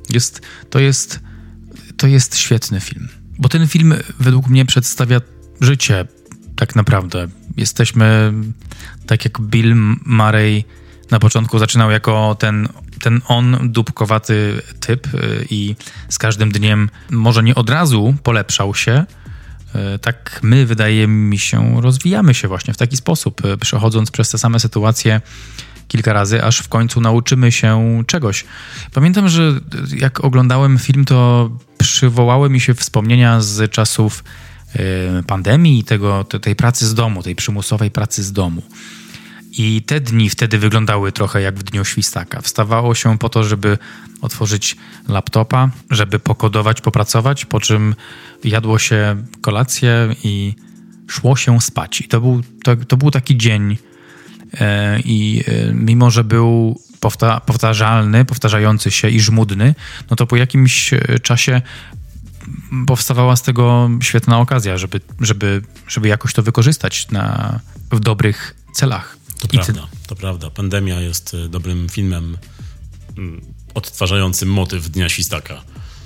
To jest świetny film. Bo ten film według mnie przedstawia życie tak naprawdę. Jesteśmy tak jak Bill Murray na początku zaczynał jako ten dupkowaty typ i z każdym dniem może nie od razu polepszał się. Tak my, wydaje mi się, rozwijamy się właśnie w taki sposób, przechodząc przez te same sytuacje kilka razy, aż w końcu nauczymy się czegoś. Pamiętam, że jak oglądałem film, to przywołały mi się wspomnienia z czasów pandemii i tej pracy z domu, tej przymusowej pracy z domu. I te dni wtedy wyglądały trochę jak w Dniu Świstaka. Wstawało się po to, żeby otworzyć laptopa, żeby pokodować, popracować, po czym jadło się kolację i szło się spać. I to był taki dzień i mimo, że był powtarzalny, powtarzający się i żmudny, no to po jakimś czasie powstawała z tego świetna okazja, żeby jakoś to wykorzystać w dobrych celach. To prawda. Pandemia jest dobrym filmem odtwarzającym motyw Dnia Świstaka.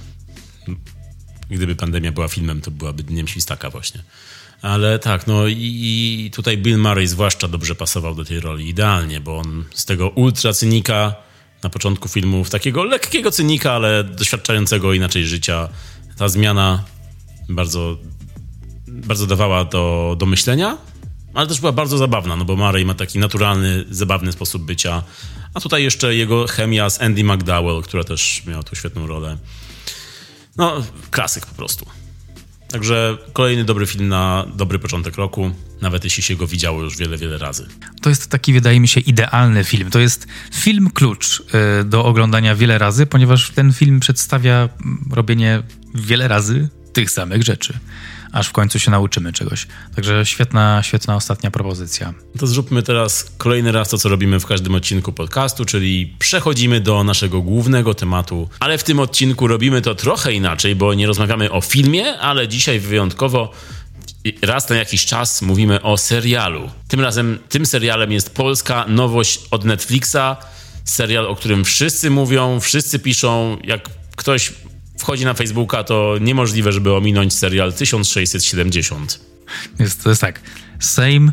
Gdyby pandemia była filmem, to byłaby Dniem Świstaka właśnie. Ale tak, no i tutaj Bill Murray zwłaszcza dobrze pasował do tej roli. Idealnie, bo on z tego ultra cynika na początku filmu, w takiego lekkiego cynika, ale doświadczającego inaczej życia. Ta zmiana bardzo, bardzo dawała do myślenia. Ale też była bardzo zabawna, no bo Murray ma taki naturalny, zabawny sposób bycia. A tutaj jeszcze jego chemia z Andie McDowell, która też miała tu świetną rolę. No, klasyk po prostu. Także kolejny dobry film na dobry początek roku, nawet jeśli się go widziało już wiele, wiele razy. To jest taki, wydaje mi się, idealny film. To jest film klucz do oglądania wiele razy, ponieważ ten film przedstawia robienie wiele razy tych samych rzeczy, aż w końcu się nauczymy czegoś. Także świetna ostatnia propozycja. To zróbmy teraz kolejny raz to, co robimy w każdym odcinku podcastu, czyli przechodzimy do naszego głównego tematu, ale w tym odcinku robimy to trochę inaczej, bo nie rozmawiamy o filmie, ale dzisiaj wyjątkowo raz na jakiś czas mówimy o serialu. Tym razem tym serialem jest polska nowość od Netflixa, serial, o którym wszyscy mówią, wszyscy piszą. Jak ktoś wchodzi na Facebooka, to niemożliwe, żeby ominąć serial 1670. To jest tak. Same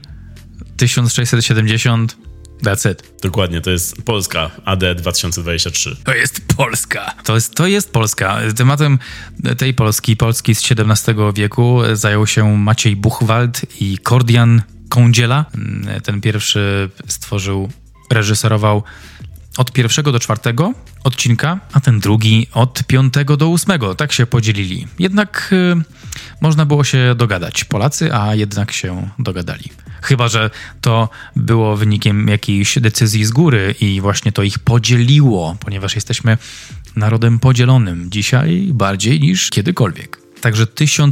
1670. That's it. Dokładnie, to jest Polska AD 2023. To jest Polska. To jest Polska. Tematem tej Polski z XVII wieku zajął się Maciej Buchwald i Kordian Kądziela. Ten pierwszy reżyserował od 1 do 4 odcinka, a ten drugi od 5 do 8. Tak się podzielili. Jednak można było się dogadać. Polacy, a jednak się dogadali. Chyba że to było wynikiem jakiejś decyzji z góry i właśnie to ich podzieliło, ponieważ jesteśmy narodem podzielonym dzisiaj bardziej niż kiedykolwiek. Także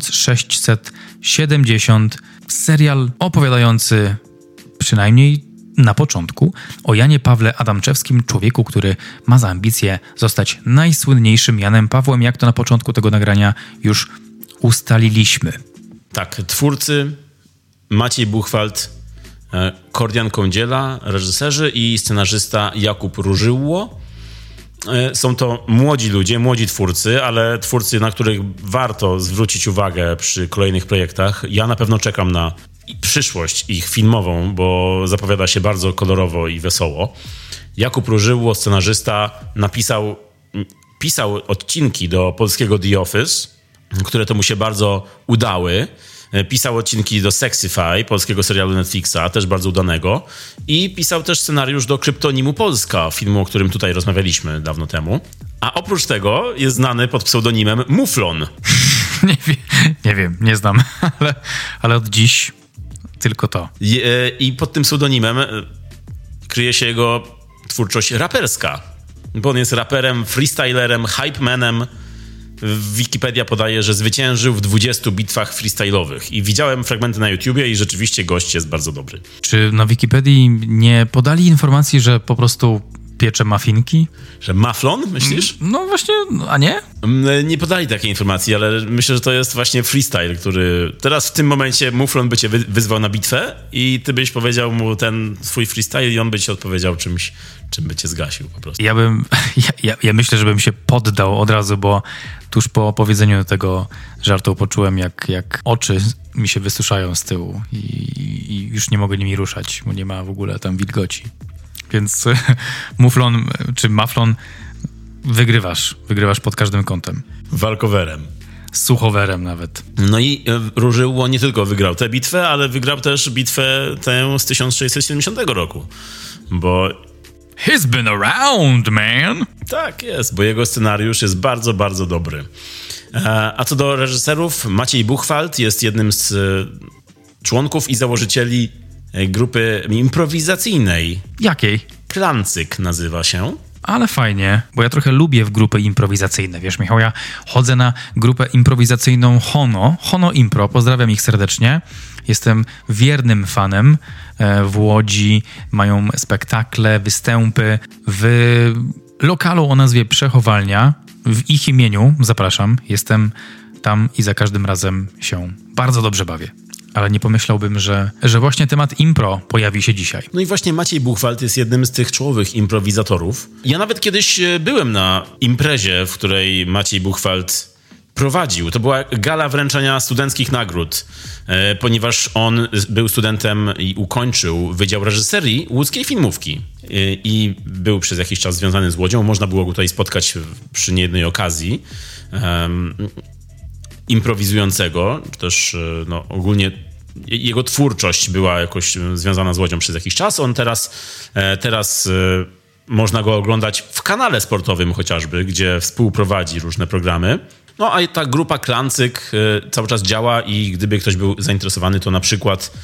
1670, serial opowiadający przynajmniej na początku o Janie Pawle Adamczewskim, człowieku, który ma za ambicje zostać najsłynniejszym Janem Pawłem, jak to na początku tego nagrania już ustaliliśmy. Tak, twórcy Maciej Buchwald, Kordian Kądziela, reżyserzy i scenarzysta Jakub Różyło. Są to młodzi ludzie, młodzi twórcy, ale twórcy, na których warto zwrócić uwagę przy kolejnych projektach. Ja na pewno czekam na przyszłość ich filmową, bo zapowiada się bardzo kolorowo i wesoło. Jakub Różyło, scenarzysta, pisał odcinki do polskiego The Office, które to mu się bardzo udały. Pisał odcinki do Sexify, polskiego serialu Netflixa, też bardzo udanego. I pisał też scenariusz do Kryptonimu Polska, filmu, o którym tutaj rozmawialiśmy dawno temu. A oprócz tego jest znany pod pseudonimem Muflon. Nie wiem, nie znam, ale od dziś Tylko to. I pod tym pseudonimem kryje się jego twórczość raperska. Bo on jest raperem, freestylerem, hypemanem. Wikipedia podaje, że zwyciężył w 20 bitwach freestyle'owych. I widziałem fragmenty na YouTubie i rzeczywiście gość jest bardzo dobry. Czy na Wikipedii nie podali informacji, że po prostu piecze muffinki? Że maflon, myślisz? No właśnie, a nie? Nie podali takiej informacji, ale myślę, że to jest właśnie freestyle, który teraz w tym momencie muflon by cię wyzwał na bitwę i ty byś powiedział mu ten swój freestyle i on by ci odpowiedział czymś, czym by cię zgasił po prostu. Ja myślę, że bym się poddał od razu, bo tuż po opowiedzeniu tego żartu poczułem, jak oczy mi się wysuszają z tyłu i już nie mogę nimi ruszać, bo nie ma w ogóle tam wilgoci. Więc muflon czy maflon wygrywasz pod każdym kątem. Walkowerem. Suchowerem nawet. No i Różyło nie tylko wygrał tę bitwę, ale wygrał też bitwę tę z 1670 roku, bo... He's been around, man! Tak jest, bo jego scenariusz jest bardzo, bardzo dobry. A co do reżyserów, Maciej Buchwald jest jednym z członków i założycieli grupy improwizacyjnej. Jakiej? Klancyk nazywa się. Ale fajnie, bo ja trochę lubię w grupy improwizacyjne. Wiesz, Michał, ja chodzę na grupę improwizacyjną Hono Impro. Pozdrawiam ich serdecznie. Jestem wiernym fanem. W Łodzi mają spektakle, występy. W lokalu o nazwie Przechowalnia, w ich imieniu, zapraszam, jestem tam i za każdym razem się bardzo dobrze bawię. Ale nie pomyślałbym, że właśnie temat impro pojawi się dzisiaj. No i właśnie Maciej Buchwald jest jednym z tych czołowych improwizatorów. Ja nawet kiedyś byłem na imprezie, w której Maciej Buchwald prowadził. To była gala wręczenia studenckich nagród, ponieważ on był studentem i ukończył Wydział Reżyserii Łódzkiej Filmówki. I był przez jakiś czas związany z Łodzią. Można było go tutaj spotkać przy niejednej okazji. Improwizującego, czy też no, ogólnie jego twórczość była jakoś związana z Łodzią przez jakiś czas. On teraz można go oglądać w kanale sportowym chociażby, gdzie współprowadzi różne programy. No a ta grupa Klancyk cały czas działa i gdyby ktoś był zainteresowany, to na przykład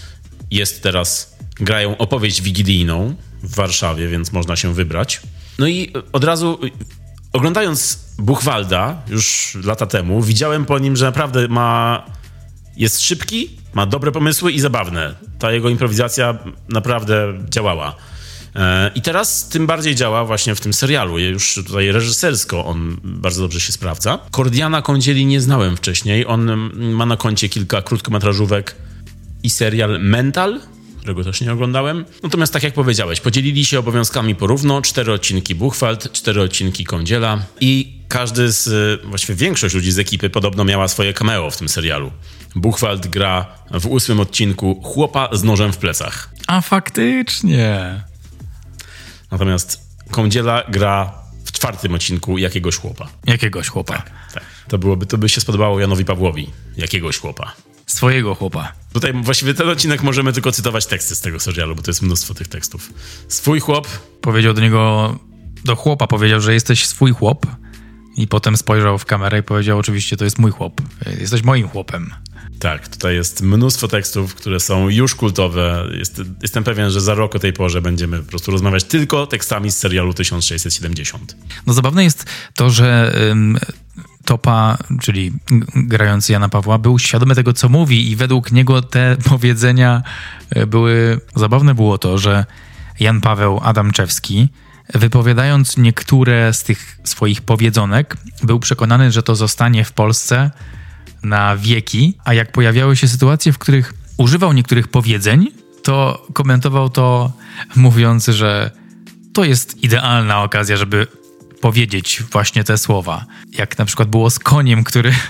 grają opowieść wigilijną w Warszawie, więc można się wybrać. No i od razu... Oglądając Buchwalda już lata temu, widziałem po nim, że naprawdę jest szybki, ma dobre pomysły i zabawne. Ta jego improwizacja naprawdę działała. I teraz tym bardziej działa właśnie w tym serialu. Już tutaj reżysersko on bardzo dobrze się sprawdza. Kordiana Kądzieli nie znałem wcześniej. On ma na koncie kilka krótkometrażówek i serial Mental, którego też nie oglądałem. Natomiast tak jak powiedziałeś, podzielili się obowiązkami porówno. 4 odcinki Buchwald, 4 odcinki Kądziela i właściwie większość ludzi z ekipy podobno miała swoje cameo w tym serialu. Buchwald gra w 8 odcinku chłopa z nożem w plecach. A faktycznie. Natomiast Kądziela gra w 4 odcinku jakiegoś chłopa. Jakiegoś chłopa. Tak. To by się spodobało Janowi Pawłowi. Jakiegoś chłopa. Swojego chłopa. Tutaj właściwie ten odcinek możemy tylko cytować teksty z tego serialu, bo to jest mnóstwo tych tekstów. Swój chłop. Powiedział do chłopa powiedział, że jesteś swój chłop i potem spojrzał w kamerę i powiedział, oczywiście to jest mój chłop. Jesteś moim chłopem. Tak, tutaj jest mnóstwo tekstów, które są już kultowe. Jestem pewien, że za rok o tej porze będziemy po prostu rozmawiać tylko tekstami z serialu 1670. No zabawne jest to, że Topa, czyli grający Jana Pawła, był świadomy tego, co mówi i według niego te powiedzenia były... Zabawne było to, że Jan Paweł Adamczewski, wypowiadając niektóre z tych swoich powiedzonek, był przekonany, że to zostanie w Polsce na wieki, a jak pojawiały się sytuacje, w których używał niektórych powiedzeń, to komentował to mówiąc, że to jest idealna okazja, żeby powiedzieć właśnie te słowa. Jak na przykład było z koniem,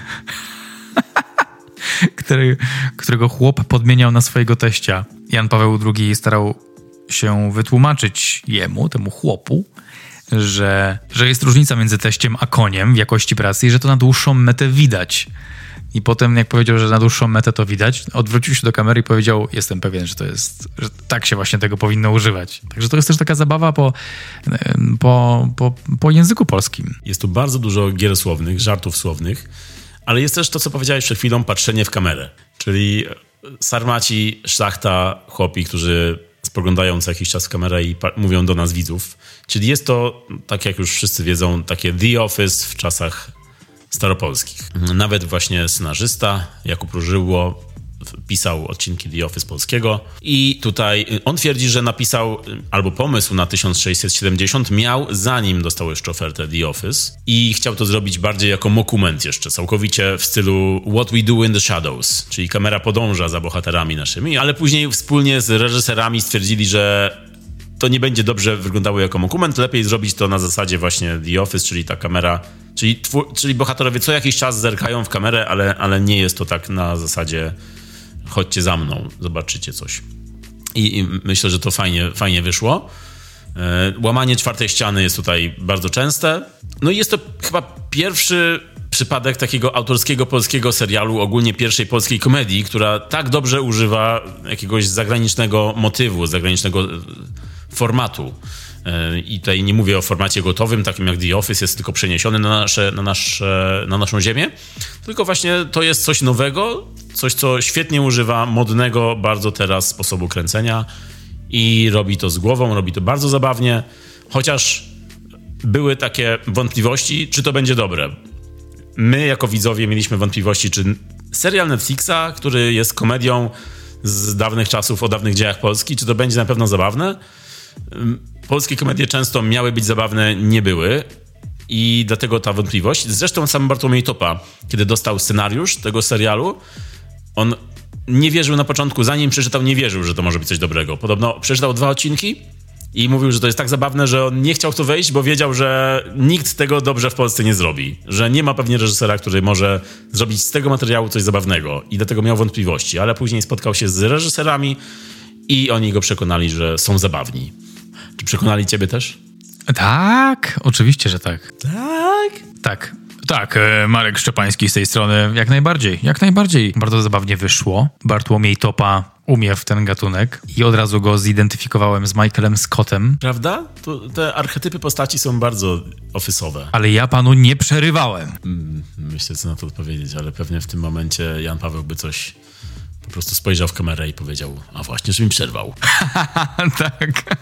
którego chłop podmieniał na swojego teścia. Jan Paweł II starał się wytłumaczyć temu chłopu, że jest różnica między teściem a koniem w jakości pracy i że to na dłuższą metę widać. I potem jak powiedział, że na dłuższą metę to widać, odwrócił się do kamery i powiedział, jestem pewien, że tak się właśnie tego powinno używać. Także to jest też taka zabawa po języku polskim. Jest tu bardzo dużo gier słownych, żartów słownych, ale jest też to, co powiedziałeś przed chwilą, patrzenie w kamerę. Czyli sarmaci, szlachta, chłopi, którzy spoglądają co jakiś czas w kamerę i mówią do nas widzów. Czyli jest to, tak jak już wszyscy wiedzą, takie The Office w czasach staropolskich. Nawet właśnie scenarzysta Jakub Różyło pisał odcinki The Office polskiego i tutaj on twierdzi, że napisał albo pomysł na 1670 miał, zanim dostał jeszcze ofertę The Office i chciał to zrobić bardziej jako mokument jeszcze, całkowicie w stylu What We Do in the Shadows, czyli kamera podąża za bohaterami naszymi, ale później wspólnie z reżyserami stwierdzili, że to nie będzie dobrze wyglądało jako mokument, lepiej zrobić to na zasadzie właśnie The Office, czyli ta kamera, czyli bohaterowie co jakiś czas zerkają w kamerę, ale nie jest to tak na zasadzie chodźcie za mną, zobaczycie coś. I myślę, że to fajnie wyszło. Łamanie czwartej ściany jest tutaj bardzo częste. No i jest to chyba pierwszy przypadek takiego autorskiego polskiego serialu, ogólnie pierwszej polskiej komedii, która tak dobrze używa jakiegoś zagranicznego motywu, zagranicznego formatu. I tutaj nie mówię o formacie gotowym, takim jak The Office, jest tylko przeniesiony na naszą ziemię, tylko właśnie to jest coś nowego, coś, co świetnie używa modnego bardzo teraz sposobu kręcenia i robi to z głową, robi to bardzo zabawnie, chociaż były takie wątpliwości, czy to będzie dobre. My jako widzowie mieliśmy wątpliwości, czy serial Netflixa, który jest komedią z dawnych czasów, o dawnych dziejach Polski, czy to będzie na pewno zabawne. Polskie komedie często miały być zabawne, nie były i dlatego ta wątpliwość. Zresztą sam Bartłomiej Topa, kiedy dostał scenariusz tego serialu, on nie wierzył na początku, zanim przeczytał, nie wierzył, że to może być coś dobrego. Podobno przeczytał 2 odcinki i mówił, że to jest tak zabawne, że on nie chciał w to wejść, bo wiedział, że nikt tego dobrze w Polsce nie zrobi. Że nie ma pewnie reżysera, który może zrobić z tego materiału coś zabawnego i dlatego miał wątpliwości. Ale później spotkał się z reżyserami i oni go przekonali, że są zabawni. Czy przekonali ciebie też? Tak, oczywiście, że tak. Tak? Tak. Tak, Marek Szczepański z tej strony, jak najbardziej. Bardzo zabawnie wyszło. Bartłomiej Topa umie w ten gatunek i od razu go zidentyfikowałem z Michaelem Scottem. Prawda? Te archetypy postaci są bardzo office'owe. Ale ja panu nie przerywałem. Myślę, co na to odpowiedzieć, ale pewnie w tym momencie Jan Paweł by coś po prostu spojrzał w kamerę i powiedział, a właśnie, że mi przerwał. Tak.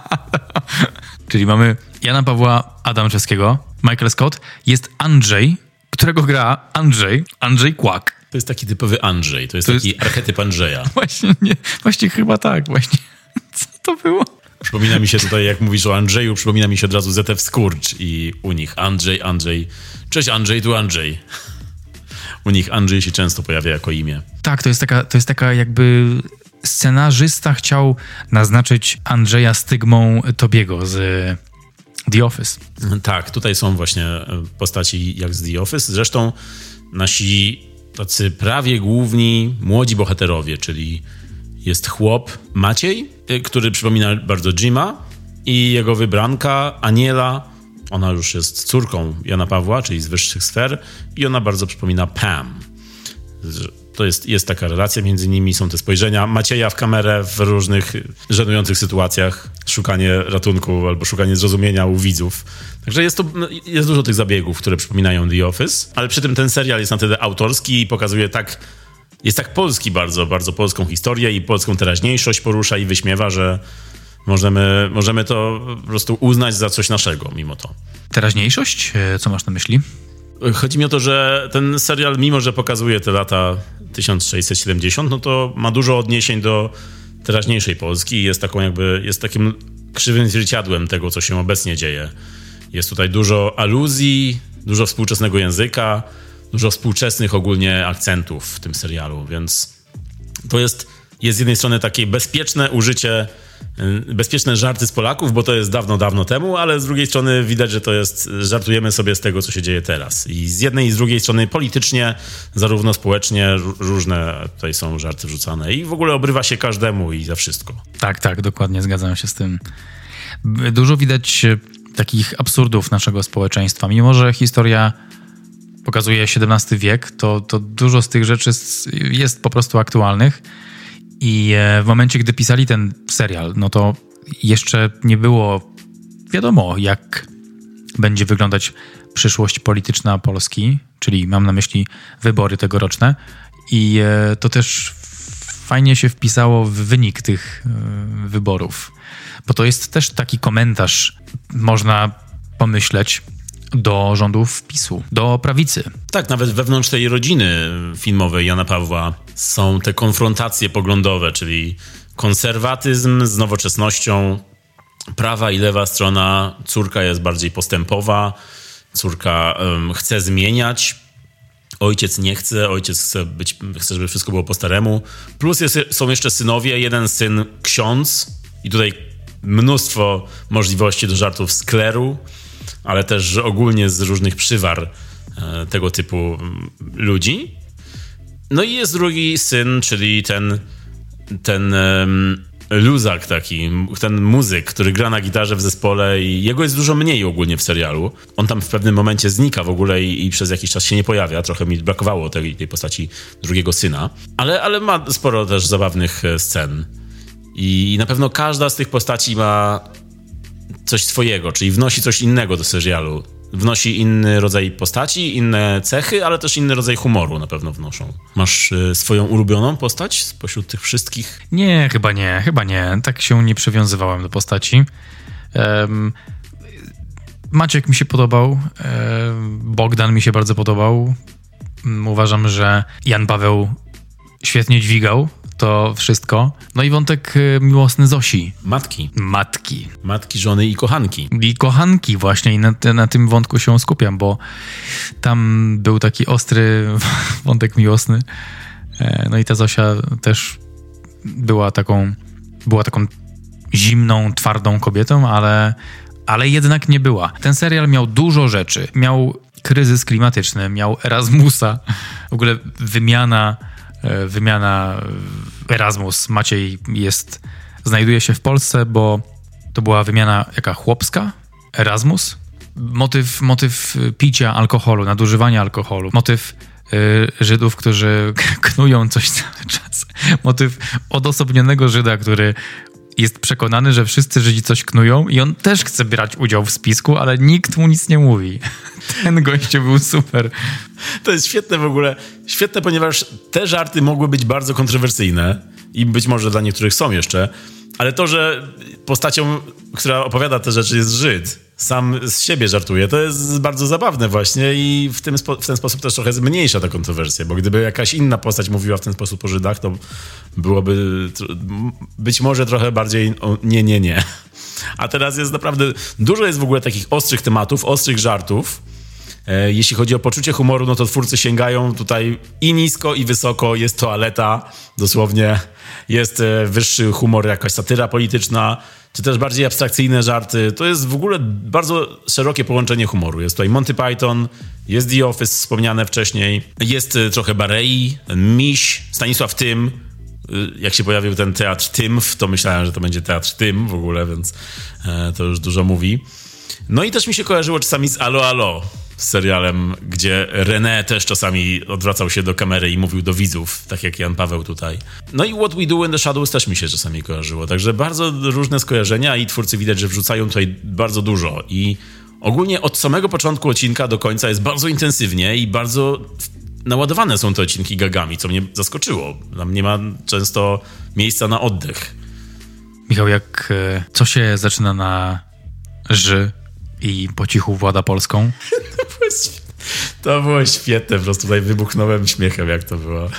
Czyli mamy Jana Pawła Adamczewskiego, Michael Scott, jest Andrzej, którego gra Andrzej Kłak. To jest taki typowy Andrzej, to jest taki archetyp Andrzeja. Właśnie chyba tak, właśnie. Co to było? Przypomina mi się tutaj, jak mówisz o Andrzeju, przypomina mi się od razu ZF Skurcz i u nich Andrzej. Cześć Andrzej, tu Andrzej. U nich Andrzej się często pojawia jako imię. Tak, to jest taka jakby scenarzysta chciał naznaczyć Andrzeja stygmą Tobiego z The Office. Tak, tutaj są właśnie postaci jak z The Office. Zresztą nasi tacy prawie główni młodzi bohaterowie, czyli jest chłop Maciej, który przypomina bardzo Jima i jego wybranka Aniela. Ona już jest córką Jana Pawła, czyli z wyższych sfer i ona bardzo przypomina Pam. To jest taka relacja między nimi, są te spojrzenia Macieja w kamerę w różnych żenujących sytuacjach, szukanie ratunku albo szukanie zrozumienia u widzów. Także jest dużo tych zabiegów, które przypominają The Office, ale przy tym ten serial jest na tyle autorski i pokazuje jest tak polski bardzo, bardzo polską historię i polską teraźniejszość porusza i wyśmiewa, że możemy to po prostu uznać za coś naszego mimo to. Teraźniejszość? Co masz na myśli? Chodzi mi o to, że ten serial, mimo że pokazuje te lata 1670, no to ma dużo odniesień do teraźniejszej Polski i jest takim krzywym zwierciadłem tego, co się obecnie dzieje. Jest tutaj dużo aluzji, dużo współczesnego języka, dużo współczesnych ogólnie akcentów w tym serialu, więc to jest z jednej strony takie bezpieczne użycie, bezpieczne żarty z Polaków, bo to jest dawno, dawno temu, ale z drugiej strony widać, że to jest, żartujemy sobie z tego, co się dzieje teraz. I z jednej i z drugiej strony politycznie, zarówno społecznie, różne tutaj są żarty wrzucane i w ogóle obrywa się każdemu i za wszystko. Tak, dokładnie, zgadzam się z tym. Dużo widać takich absurdów naszego społeczeństwa. Mimo że historia pokazuje XVII wiek, to dużo z tych rzeczy jest po prostu aktualnych. I w momencie, gdy pisali ten serial, no to jeszcze nie było wiadomo, jak będzie wyglądać przyszłość polityczna Polski, czyli mam na myśli wybory tegoroczne. I to też fajnie się wpisało w wynik tych wyborów. Bo to jest też taki komentarz, można pomyśleć, do rządów PiS-u, do prawicy. Tak, nawet wewnątrz tej rodziny filmowej Jana Pawła są te konfrontacje poglądowe, czyli konserwatyzm z nowoczesnością, prawa i lewa strona, córka jest bardziej postępowa, córka chce zmieniać, ojciec nie chce, ojciec chce, żeby wszystko było po staremu. Plus są jeszcze synowie, jeden syn ksiądz i tutaj mnóstwo możliwości do żartów z kleru, ale też ogólnie z różnych przywar tego typu ludzi. No i jest drugi syn, czyli ten luzak taki, ten muzyk, który gra na gitarze w zespole i jego jest dużo mniej ogólnie w serialu. On tam w pewnym momencie znika w ogóle i przez jakiś czas się nie pojawia. Trochę mi brakowało tej postaci drugiego syna. Ale ma sporo też zabawnych scen. I na pewno każda z tych postaci ma coś swojego, czyli wnosi coś innego do serialu. Wnosi inny rodzaj postaci, inne cechy, ale też inny rodzaj humoru na pewno wnoszą. Masz swoją ulubioną postać spośród tych wszystkich? Nie, chyba nie. Tak się nie przywiązywałem do postaci. Maciek mi się podobał, Bogdan mi się bardzo podobał. Uważam, że Jan Paweł świetnie dźwigał to wszystko. No i wątek miłosny Zosi. Matki, żony i kochanki. I kochanki właśnie i na tym wątku się skupiam, bo tam był taki ostry wątek miłosny. No i ta Zosia też była taką zimną, twardą kobietą, ale jednak nie była. Ten serial miał dużo rzeczy. Miał kryzys klimatyczny, miał Erasmusa, w ogóle wymiana Erasmus. Maciej znajduje się w Polsce, bo to była wymiana jaka chłopska? Erasmus? Motyw picia alkoholu, nadużywania alkoholu. Motyw Żydów, którzy knują coś cały czas. Motyw odosobnionego Żyda, który jest przekonany, że wszyscy Żydzi coś knują i on też chce brać udział w spisku, ale nikt mu nic nie mówi. Ten gościu był super. To jest świetne w ogóle. Świetne, ponieważ te żarty mogły być bardzo kontrowersyjne i być może dla niektórych są jeszcze, ale to, że postacią, która opowiada te rzeczy jest Żyd, sam z siebie żartuje, to jest bardzo zabawne właśnie i w ten sposób też trochę zmniejsza ta kontrowersja, bo gdyby jakaś inna postać mówiła w ten sposób o Żydach, to byłoby być może trochę bardziej nie. A teraz jest naprawdę, dużo jest w ogóle takich ostrych tematów, ostrych żartów. Jeśli chodzi o poczucie humoru, no to twórcy sięgają tutaj i nisko, i wysoko. Jest toaleta, dosłownie. Jest wyższy humor, jakaś satyra polityczna, czy też bardziej abstrakcyjne żarty. To jest w ogóle bardzo szerokie połączenie humoru. Jest tutaj Monty Python, jest The Office wspomniane wcześniej, jest trochę Barei, Miś, Stanisław Tym. Jak się pojawił ten teatr Tymf, to myślałem, że to będzie teatr Tym w ogóle, więc to już dużo mówi. No i też mi się kojarzyło czasami z Alo Alo, z serialem, gdzie René też czasami odwracał się do kamery i mówił do widzów, tak jak Jan Paweł tutaj. No i What We Do in the Shadows też mi się czasami kojarzyło, także bardzo różne skojarzenia i twórcy widać, że wrzucają tutaj bardzo dużo i ogólnie od samego początku odcinka do końca jest bardzo intensywnie i bardzo naładowane są te odcinki gagami, co mnie zaskoczyło. Tam nie ma często miejsca na oddech. Michał, co się zaczyna na Ż i po cichu włada Polską? To było świetne, po prostu tutaj wybuchnąłem śmiechem, jak to było.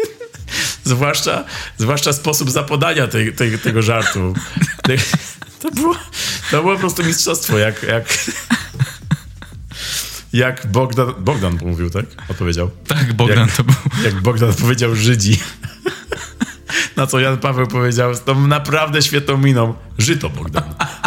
Zwłaszcza sposób zapodania tego żartu. To było po prostu mistrzostwo, jak Bogdan mówił, tak? Odpowiedział. Tak, Bogdan to był. Jak Bogdan powiedział Żydzi. Na co Jan Paweł powiedział z tą naprawdę świetną miną: Żyto, Bogdan.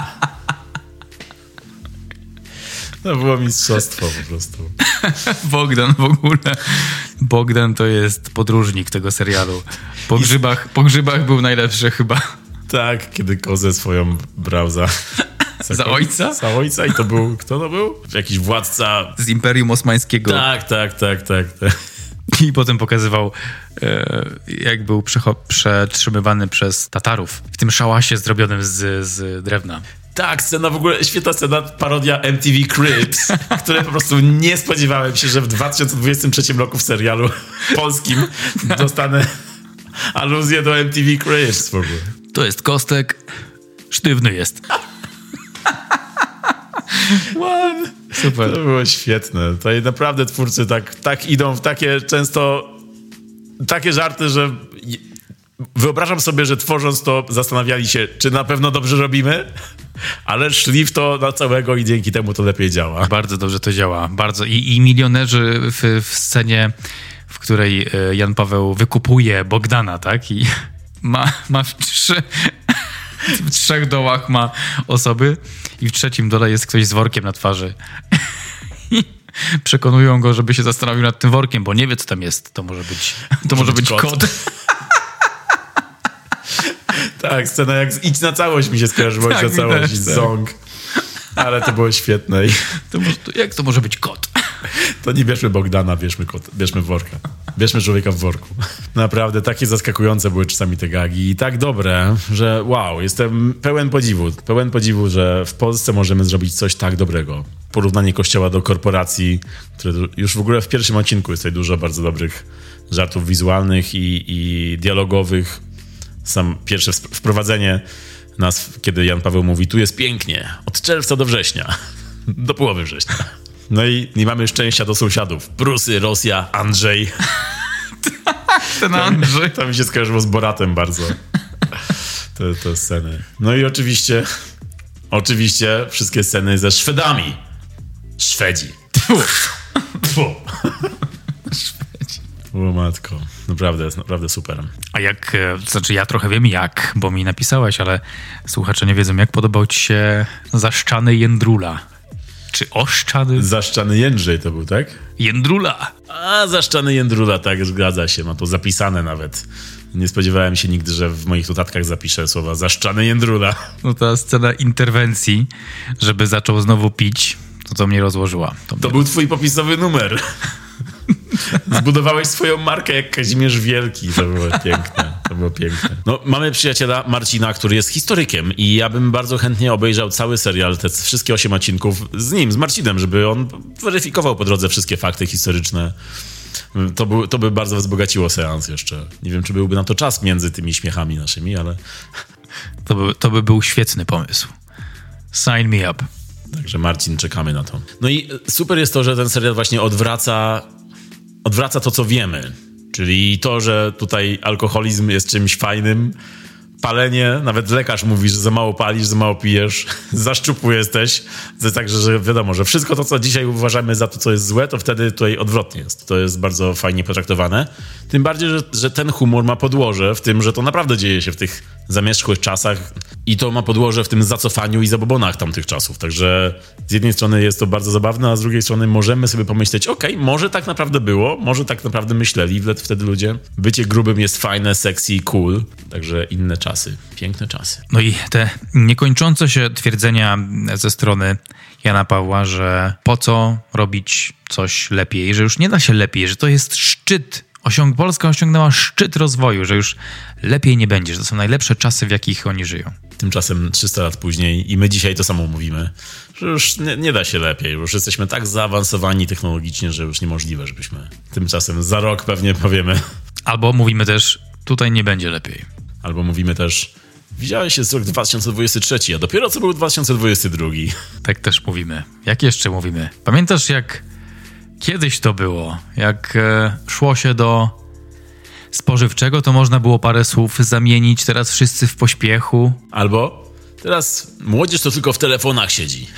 To było mistrzostwo po prostu. Bogdan w ogóle. Bogdan to jest podróżnik tego serialu. Po grzybach był najlepszy chyba. Tak, kiedy kozę swoją brał za ojca? Za ojca i to był, kto to był? Jakiś władca. Z Imperium Osmańskiego. Tak. I potem pokazywał, jak był przetrzymywany przez Tatarów w tym szałasie zrobionym z drewna. Tak, scena w ogóle, świetna scena, parodia MTV Cribs, której po prostu nie spodziewałem się, że w 2023 roku w serialu polskim dostanę Aluzje do MTV Cribs w ogóle. To jest Kostek, sztywny jest. Super. To było świetne. To naprawdę twórcy tak idą w takie często takie żarty, że wyobrażam sobie, że tworząc to zastanawiali się, czy na pewno dobrze robimy, ale szli w to na całego i dzięki temu to lepiej działa. Bardzo dobrze to działa. Bardzo. I milionerzy w scenie, w której Jan Paweł wykupuje Bogdana, tak? I ma w trzech dołach ma osoby i w trzecim dole jest ktoś z workiem na twarzy. I przekonują go, żeby się zastanowił nad tym workiem, bo nie wie, co tam jest. To może być kot. Tak, scena jak Idź na całość mi się skojarzyło, tak, Idź na całość, tak. Ząg. Ale to było świetne. Jak to może być kot? To nie bierzmy Bogdana, bierzmy worka. Bierzmy człowieka w worku. Naprawdę, takie zaskakujące były czasami te gagi i tak dobre, że wow, jestem pełen podziwu, że w Polsce możemy zrobić coś tak dobrego. Porównanie Kościoła do korporacji, które już w ogóle w pierwszym odcinku jest tutaj dużo bardzo dobrych żartów wizualnych i dialogowych. Sam pierwsze wprowadzenie nas, kiedy Jan Paweł mówi, tu jest pięknie, od czerwca do września, do połowy września. No i nie mamy szczęścia do sąsiadów. Prusy, Rosja, Andrzej. Ten Andrzej. To mi się skojarzyło z Boratem bardzo. Te sceny. No i oczywiście wszystkie sceny ze Szwedami. Szwedzi. Tfu. O matko. Naprawdę super. A ja trochę wiem jak, bo mi napisałeś, ale słuchacze nie wiedzą, jak podobał ci się Zaszczany Jędrula. Czy Oszczany? Zaszczany Jędrzej to był, tak? Jędrula. A, Zaszczany Jędrula, tak, zgadza się. Ma to zapisane nawet. Nie spodziewałem się nigdy, że w moich notatkach zapiszę słowa Zaszczany Jędrula. No ta scena interwencji, żeby zaczął znowu pić, to mnie rozłożyła. To był twój popisowy numer. Zbudowałeś swoją markę jak Kazimierz Wielki. To było piękne. No, mamy przyjaciela Marcina, który jest historykiem i ja bym bardzo chętnie obejrzał cały serial, te wszystkie 8 odcinków z nim, z Marcinem, żeby on weryfikował po drodze wszystkie fakty historyczne. To by bardzo wzbogaciło seans jeszcze. Nie wiem, czy byłby na to czas między tymi śmiechami naszymi, ale... To by był świetny pomysł. Sign me up. Także Marcin, czekamy na to. No i super jest to, że ten serial właśnie odwraca to, co wiemy. Czyli to, że tutaj alkoholizm jest czymś fajnym, palenie, nawet lekarz mówi, że za mało palisz, za mało pijesz, za szczupły jesteś. Także, że wiadomo, że wszystko to, co dzisiaj uważamy za to, co jest złe, to wtedy tutaj odwrotnie jest. To jest bardzo fajnie potraktowane. Tym bardziej, że ten humor ma podłoże w tym, że to naprawdę dzieje się w tych zamierzchłych czasach i to ma podłoże w tym zacofaniu i zabobonach tamtych czasów. Także z jednej strony jest to bardzo zabawne, a z drugiej strony możemy sobie pomyśleć, okej, może tak naprawdę było, może tak naprawdę myśleli wtedy ludzie. Bycie grubym jest fajne, sexy, cool. Także inne czasy, piękne czasy. No i te niekończące się twierdzenia ze strony Jana Pawła, że po co robić coś lepiej, że już nie da się lepiej, że to jest szczyt. Polska osiągnęła szczyt rozwoju, że już lepiej nie będzie, że to są najlepsze czasy, w jakich oni żyją. Tymczasem 300 lat później i my dzisiaj to samo mówimy, że już nie da się lepiej, już jesteśmy tak zaawansowani technologicznie, że już niemożliwe, żebyśmy tymczasem za rok pewnie powiemy. Albo mówimy też, tutaj nie będzie lepiej. Albo mówimy też, widziałeś, jest rok 2023, a dopiero co był 2022. Tak też mówimy. Jak jeszcze mówimy? Pamiętasz, jak kiedyś to było? Jak szło się do spożywczego, to można było parę słów zamienić, teraz wszyscy w pośpiechu. Albo teraz młodzież to tylko w telefonach siedzi.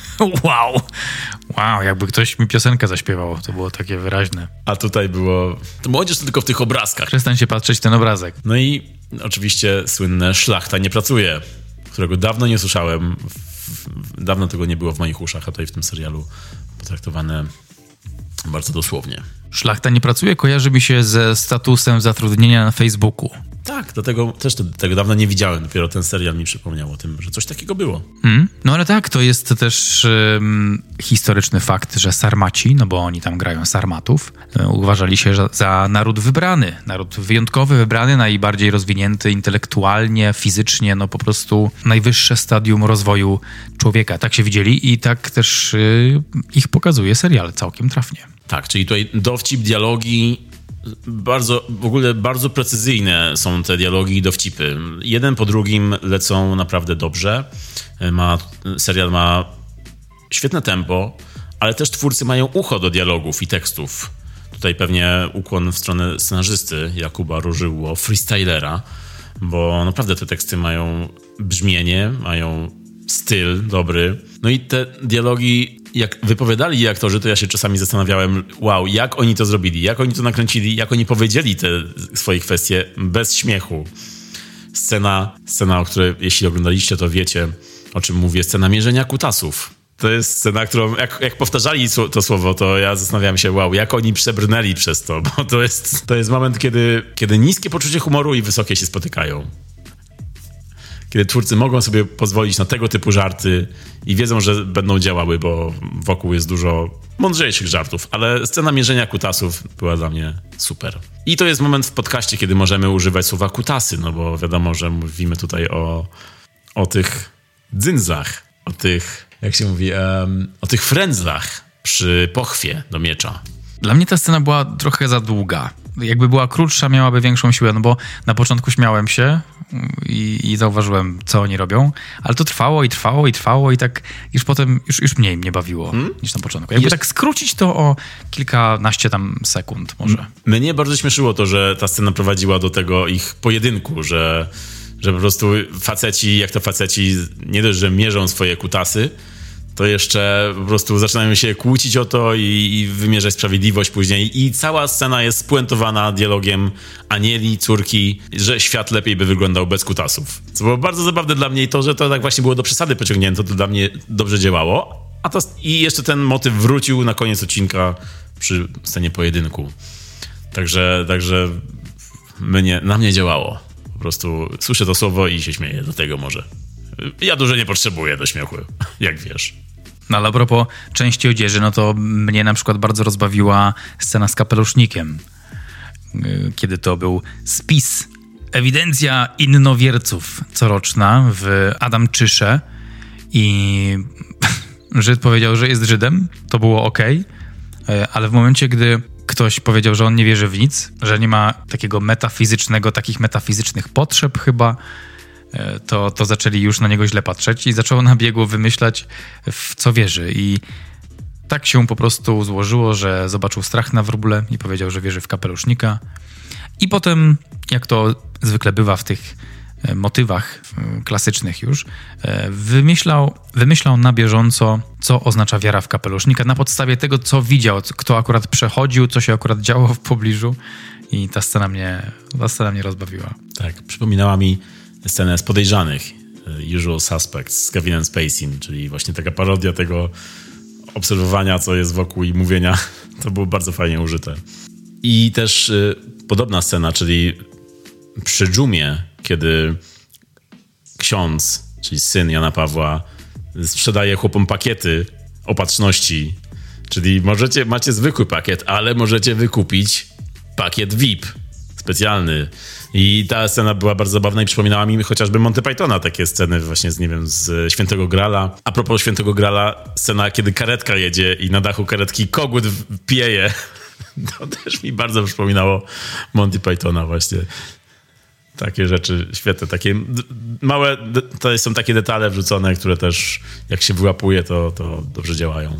Wow, jakby ktoś mi piosenkę zaśpiewał, to było takie wyraźne. A tutaj było, to młodzież to tylko w tych obrazkach. Przestań się patrzeć w ten obrazek. No i oczywiście słynne Szlachta nie pracuje, którego dawno nie słyszałem, dawno tego nie było w moich uszach, a tutaj w tym serialu potraktowane bardzo dosłownie. Szlachta nie pracuje kojarzy mi się ze statusem zatrudnienia na Facebooku. Tak, dlatego też tego dawno nie widziałem. Dopiero ten serial mi przypomniał o tym, że coś takiego było. No ale tak, to jest też historyczny fakt, że Sarmaci, no bo oni tam grają Sarmatów, uważali się za naród wybrany, naród wyjątkowy, wybrany, najbardziej rozwinięty intelektualnie, fizycznie, no po prostu najwyższe stadium rozwoju człowieka. Tak się widzieli i tak też ich pokazuje serial całkiem trafnie. Tak, czyli tutaj dowcip, dialogi, w ogóle bardzo precyzyjne są te dialogi i dowcipy. Jeden po drugim lecą naprawdę dobrze. Serial ma świetne tempo, ale też twórcy mają ucho do dialogów i tekstów. Tutaj pewnie ukłon w stronę scenarzysty Jakuba Różyło, freestylera, bo naprawdę te teksty mają brzmienie, mają styl dobry. No i te dialogi, jak wypowiadali je aktorzy, to ja się czasami zastanawiałem, wow, jak oni to zrobili, jak oni to nakręcili, jak oni powiedzieli te swoje kwestie bez śmiechu. Scena, o której jeśli oglądaliście, to wiecie, o czym mówię, scena mierzenia kutasów. To jest scena, którą jak powtarzali to słowo, to ja zastanawiałem się, wow, jak oni przebrnęli przez to, bo to jest moment, kiedy niskie poczucie humoru i wysokie się spotykają. Kiedy twórcy mogą sobie pozwolić na tego typu żarty i wiedzą, że będą działały, bo wokół jest dużo mądrzejszych żartów, ale scena mierzenia kutasów była dla mnie super. I to jest moment w podcaście, kiedy możemy używać słowa kutasy, no bo wiadomo, że mówimy tutaj o tych dzyndzach, o tych, jak się mówi, o tych frędzlach przy pochwie do miecza. Dla mnie ta scena była trochę za długa. Jakby była krótsza, miałaby większą siłę, no bo na początku śmiałem się i zauważyłem, co oni robią, ale to trwało i tak już potem już mniej mnie bawiło niż na początku. Jakby tak skrócić to o kilkanaście tam sekund może. Mnie bardzo śmieszyło to, że ta scena prowadziła do tego ich pojedynku, że po prostu faceci nie dość, że mierzą swoje kutasy, to jeszcze po prostu zaczynają się kłócić o to i wymierzać sprawiedliwość później. I cała scena jest spuentowana dialogiem Anieli, córki, że świat lepiej by wyglądał bez kutasów. Co było bardzo zabawne dla mnie i to, że to tak właśnie było do przesady pociągnięte, to dla mnie dobrze działało. I jeszcze ten motyw wrócił na koniec odcinka przy scenie pojedynku. Także na mnie działało. Po prostu słyszę to słowo i się śmieję do tego może. Ja dużo nie potrzebuję do śmiechu, jak wiesz. No ale a propos części odzieży, no to mnie na przykład bardzo rozbawiła scena z kapelusznikiem. Kiedy to był spis, ewidencja innowierców coroczna w Adamczysze i Żyd powiedział, że jest Żydem, to było okej, ale w momencie, gdy ktoś powiedział, że on nie wierzy w nic, że nie ma takich metafizycznych potrzeb chyba, to zaczęli już na niego źle patrzeć i zaczął na biegu wymyślać, w co wierzy. I tak się po prostu złożyło, że zobaczył strach na wróble i powiedział, że wierzy w kapelusznika. I potem, jak to zwykle bywa w tych motywach klasycznych już, wymyślał na bieżąco, co oznacza wiara w kapelusznika, na podstawie tego, co widział, kto akurat przechodził, co się akurat działo w pobliżu. I ta scena mnie rozbawiła. Tak, przypominała mi scenę z Podejrzanych, Usual Suspects z Kevinem Spacey, czyli właśnie taka parodia tego obserwowania, co jest wokół i mówienia. To było bardzo fajnie użyte. I też podobna scena, czyli przy dżumie, kiedy ksiądz, czyli syn Jana Pawła, sprzedaje chłopom pakiety opatrzności, czyli macie zwykły pakiet, ale możecie wykupić pakiet VIP specjalny. I ta scena była bardzo zabawna i przypominała mi chociażby Monty Pythona, takie sceny właśnie z Świętego Grala. A propos Świętego Grala, scena, kiedy karetka jedzie i na dachu karetki kogut pieje. To też mi bardzo przypominało Monty Pythona właśnie. Takie rzeczy świetne, takie małe, to są takie detale wrzucone, które też jak się wyłapuje, to dobrze działają.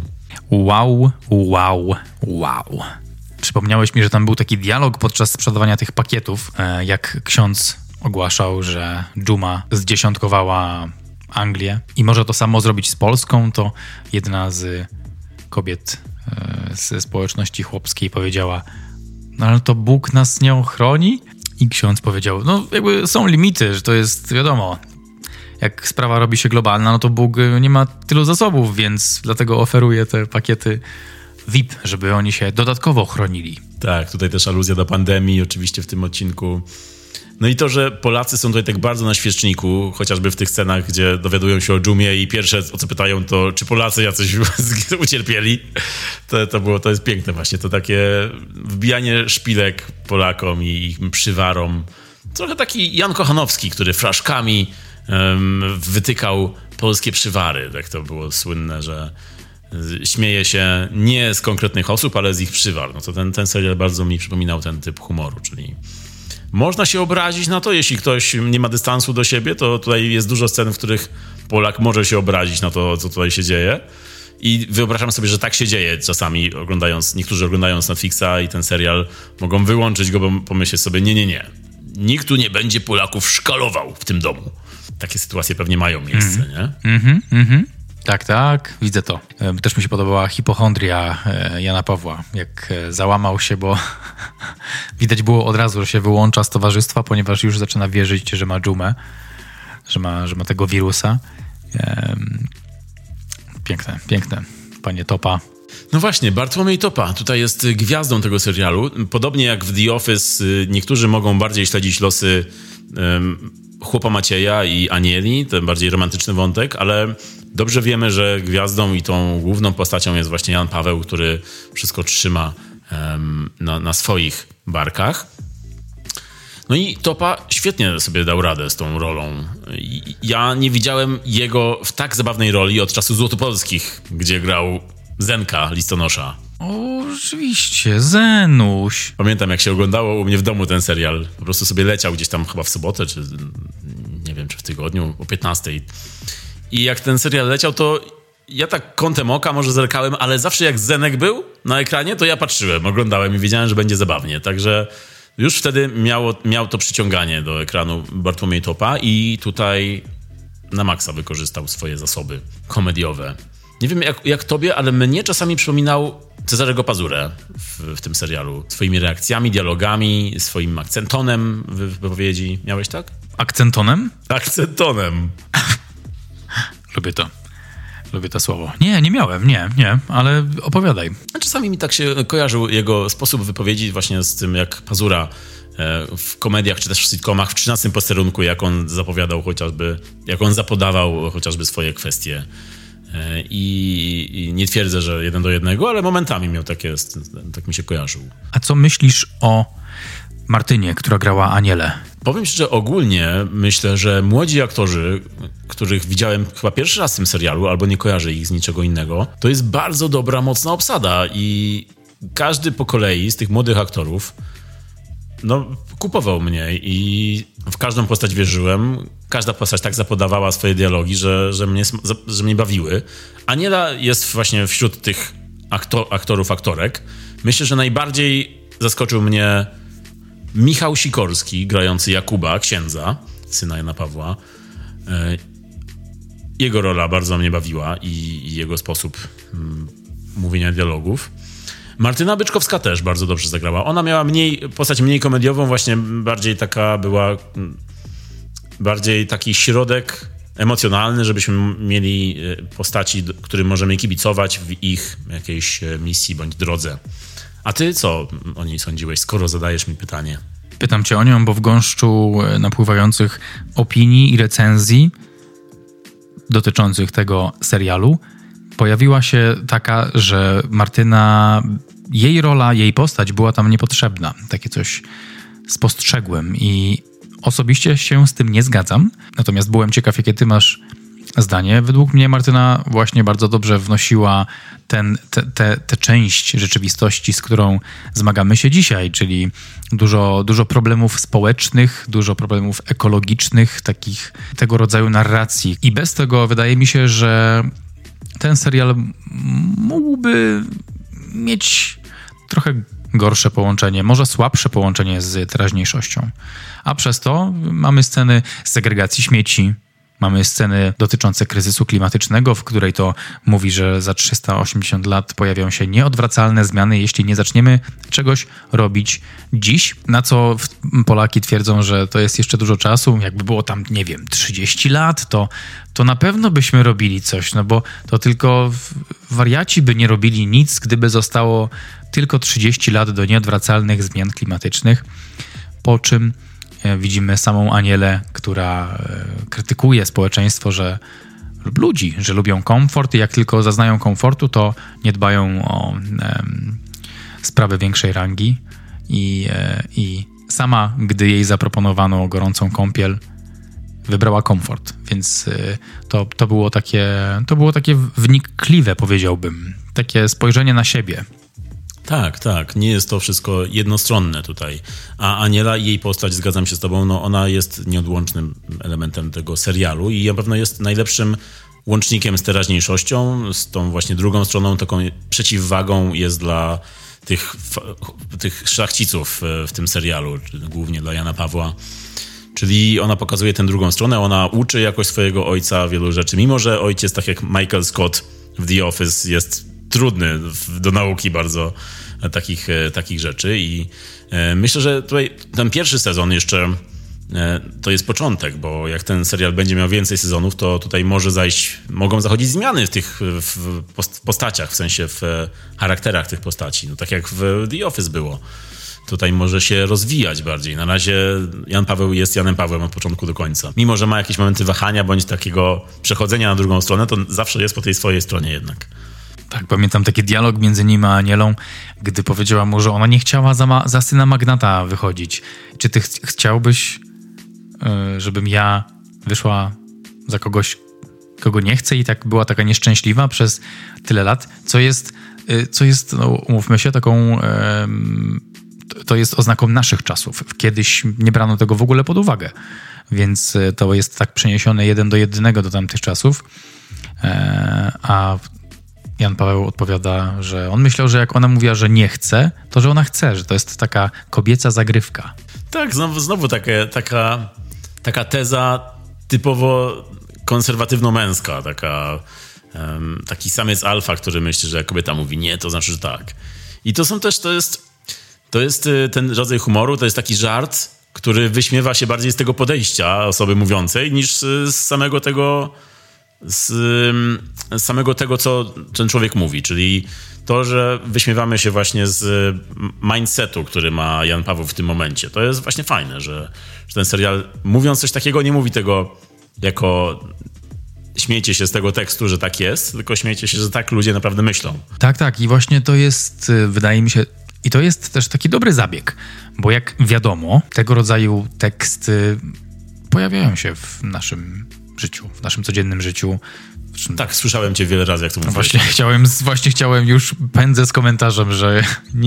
Wow. Przypomniałeś mi, że tam był taki dialog podczas sprzedawania tych pakietów, jak ksiądz ogłaszał, że dżuma zdziesiątkowała Anglię i może to samo zrobić z Polską, to jedna z kobiet ze społeczności chłopskiej powiedziała, no ale to Bóg nas nie ochroni? I ksiądz powiedział, no jakby są limity, że to jest wiadomo, jak sprawa robi się globalna, no to Bóg nie ma tylu zasobów, więc dlatego oferuje te pakiety VIP, żeby oni się dodatkowo chronili. Tak, tutaj też aluzja do pandemii oczywiście w tym odcinku. No i to, że Polacy są tutaj tak bardzo na świeczniku, chociażby w tych scenach, gdzie dowiadują się o dżumie i pierwsze, o co pytają, to czy Polacy jacyś ucierpieli. To jest piękne właśnie, to takie wbijanie szpilek Polakom i ich przywarom. Trochę taki Jan Kochanowski, który fraszkami wytykał polskie przywary. Tak to było słynne, że śmieje się nie z konkretnych osób, ale z ich przywar. No to ten serial bardzo mi przypominał ten typ humoru, czyli można się obrazić na to, jeśli ktoś nie ma dystansu do siebie, to tutaj jest dużo scen, w których Polak może się obrazić na to, co tutaj się dzieje. I wyobrażam sobie, że tak się dzieje czasami, niektórzy oglądając Netflixa i ten serial mogą wyłączyć go, bo pomyśleć sobie, nie. Nikt tu nie będzie Polaków szkalował w tym domu. Takie sytuacje pewnie mają miejsce, nie? Tak, widzę to. Też mi się podobała hipochondria Jana Pawła, jak załamał się, bo widać było od razu, że się wyłącza z towarzystwa, ponieważ już zaczyna wierzyć, że ma dżumę, że ma tego wirusa. Piękne. Panie Topa. No właśnie, Bartłomiej Topa tutaj jest gwiazdą tego serialu. Podobnie jak w The Office, niektórzy mogą bardziej śledzić losy chłopa Macieja i Anieli, ten bardziej romantyczny wątek, ale dobrze wiemy, że gwiazdą i tą główną postacią jest właśnie Jan Paweł, który wszystko trzyma na swoich barkach. No i Topa świetnie sobie dał radę z tą rolą. Ja nie widziałem jego w tak zabawnej roli od czasów Złotopolskich, gdzie grał Zenka Listonosza. O, rzeczywiście, Zenuś. Pamiętam, jak się oglądało u mnie w domu ten serial. Po prostu sobie leciał gdzieś tam chyba w sobotę, czy nie wiem, czy w tygodniu, o 15:00. I jak ten serial leciał, to ja tak kątem oka może zerkałem, ale zawsze jak Zenek był na ekranie, to ja patrzyłem, oglądałem i wiedziałem, że będzie zabawnie. Także już wtedy miał to przyciąganie do ekranu Bartłomiej Topa i tutaj na maksa wykorzystał swoje zasoby komediowe. Nie wiem jak tobie, ale mnie czasami przypominał Cezarego Pazurę w tym serialu. Swoimi reakcjami, dialogami, swoim akcentonem w wypowiedzi. Miałeś tak? Akcentonem? Akcentonem. Lubię to słowo. Nie miałem, nie, ale opowiadaj. A czasami mi tak się kojarzył jego sposób wypowiedzi właśnie z tym, jak Pazura w komediach, czy też w sitcomach w 13 posterunku, jak on zapodawał chociażby swoje kwestie. I nie twierdzę, że 1:1, ale momentami miał tak mi się kojarzył. A co myślisz o Martynie, która grała Anielę? Powiem ci, że ogólnie myślę, że młodzi aktorzy, których widziałem chyba pierwszy raz w tym serialu, albo nie kojarzę ich z niczego innego, to jest bardzo dobra, mocna obsada i każdy po kolei z tych młodych aktorów kupował mnie i w każdą postać wierzyłem. Każda postać tak zapodawała swoje dialogi, że mnie bawiły. Aniela jest właśnie wśród tych aktorów, aktorek. Myślę, że najbardziej zaskoczył mnie Michał Sikorski, grający Jakuba, księdza, syna Jana Pawła. Jego rola bardzo mnie bawiła i jego sposób mówienia dialogów. Martyna Byczkowska też bardzo dobrze zagrała. Ona miała postać mniej komediową, właśnie bardziej taki środek emocjonalny, żebyśmy mieli postaci, którym możemy kibicować w ich jakiejś misji bądź drodze. A ty co o niej sądziłeś, skoro zadajesz mi pytanie? Pytam cię o nią, bo w gąszczu napływających opinii i recenzji dotyczących tego serialu pojawiła się taka, że Martyna, jej rola, jej postać była tam niepotrzebna. Takie coś spostrzegłem i osobiście się z tym nie zgadzam. Natomiast byłem ciekaw, jakie ty masz zdanie. Według mnie Martyna właśnie bardzo dobrze wnosiła tę część rzeczywistości, z którą zmagamy się dzisiaj, czyli dużo problemów społecznych, dużo problemów ekologicznych, tego rodzaju narracji. I bez tego wydaje mi się, że ten serial mógłby mieć trochę gorsze połączenie, może słabsze połączenie z teraźniejszością. A przez to mamy sceny segregacji śmieci, mamy sceny dotyczące kryzysu klimatycznego, w której to mówi, że za 380 lat pojawią się nieodwracalne zmiany, jeśli nie zaczniemy czegoś robić dziś. Na co Polaki twierdzą, że to jest jeszcze dużo czasu. Jakby było tam, 30 lat, to na pewno byśmy robili coś, bo to tylko wariaci by nie robili nic, gdyby zostało tylko 30 lat do nieodwracalnych zmian klimatycznych. Po czym widzimy samą Anielę, która krytykuje społeczeństwo, lub ludzi, że lubią komfort i jak tylko zaznają komfortu, to nie dbają o sprawy większej rangi i sama, gdy jej zaproponowano gorącą kąpiel, wybrała komfort, więc to było takie wnikliwe, powiedziałbym, takie spojrzenie na siebie. Tak. Nie jest to wszystko jednostronne tutaj. A Aniela i jej postać, zgadzam się z tobą, no ona jest nieodłącznym elementem tego serialu i na pewno jest najlepszym łącznikiem z teraźniejszością, z tą właśnie drugą stroną, taką przeciwwagą jest dla tych szlachciców w tym serialu, głównie dla Jana Pawła. Czyli ona pokazuje tę drugą stronę, ona uczy jakoś swojego ojca wielu rzeczy, mimo że ojciec, tak jak Michael Scott w The Office, jest trudny do nauki bardzo takich rzeczy i myślę, że tutaj ten pierwszy sezon jeszcze to jest początek, bo jak ten serial będzie miał więcej sezonów, to tutaj mogą zachodzić zmiany w postaciach, w sensie w charakterach tych postaci, no tak jak w The Office było. Tutaj może się rozwijać bardziej. Na razie Jan Paweł jest Janem Pawłem od początku do końca. Mimo że ma jakieś momenty wahania bądź takiego przechodzenia na drugą stronę, to zawsze jest po tej swojej stronie jednak. Tak, pamiętam taki dialog między nim a Anielą, gdy powiedziała mu, że ona nie chciała za syna magnata wychodzić. Czy ty chciałbyś, żebym ja wyszła za kogoś, kogo nie chcę i tak była taka nieszczęśliwa przez tyle lat? Co jest, no, umówmy się, taką... To jest oznaką naszych czasów. Kiedyś nie brano tego w ogóle pod uwagę. Więc to jest tak przeniesione 1:1 do tamtych czasów. A Jan Paweł odpowiada, że on myślał, że jak ona mówiła, że nie chce, to że ona chce, że to jest taka kobieca zagrywka. Tak, znowu taka teza typowo konserwatywno-męska, taki samiec alfa, który myśli, że jak kobieta mówi nie, to znaczy, że tak. I to jest ten rodzaj humoru, to jest taki żart, który wyśmiewa się bardziej z tego podejścia osoby mówiącej, niż z samego tego, co ten człowiek mówi. Czyli to, że wyśmiewamy się właśnie z mindsetu, który ma Jan Paweł w tym momencie. To jest właśnie fajne, że ten serial, mówiąc coś takiego, nie mówi tego jako śmiejcie się z tego tekstu, że tak jest, tylko śmiejcie się, że tak ludzie naprawdę myślą. Tak. I właśnie to jest, wydaje mi się, i to jest też taki dobry zabieg, bo jak wiadomo, tego rodzaju teksty pojawiają się w naszym życiu, w naszym codziennym życiu. Tak, słyszałem cię wiele razy, jak to mówiłeś. Właśnie chciałem już pędzę z komentarzem, że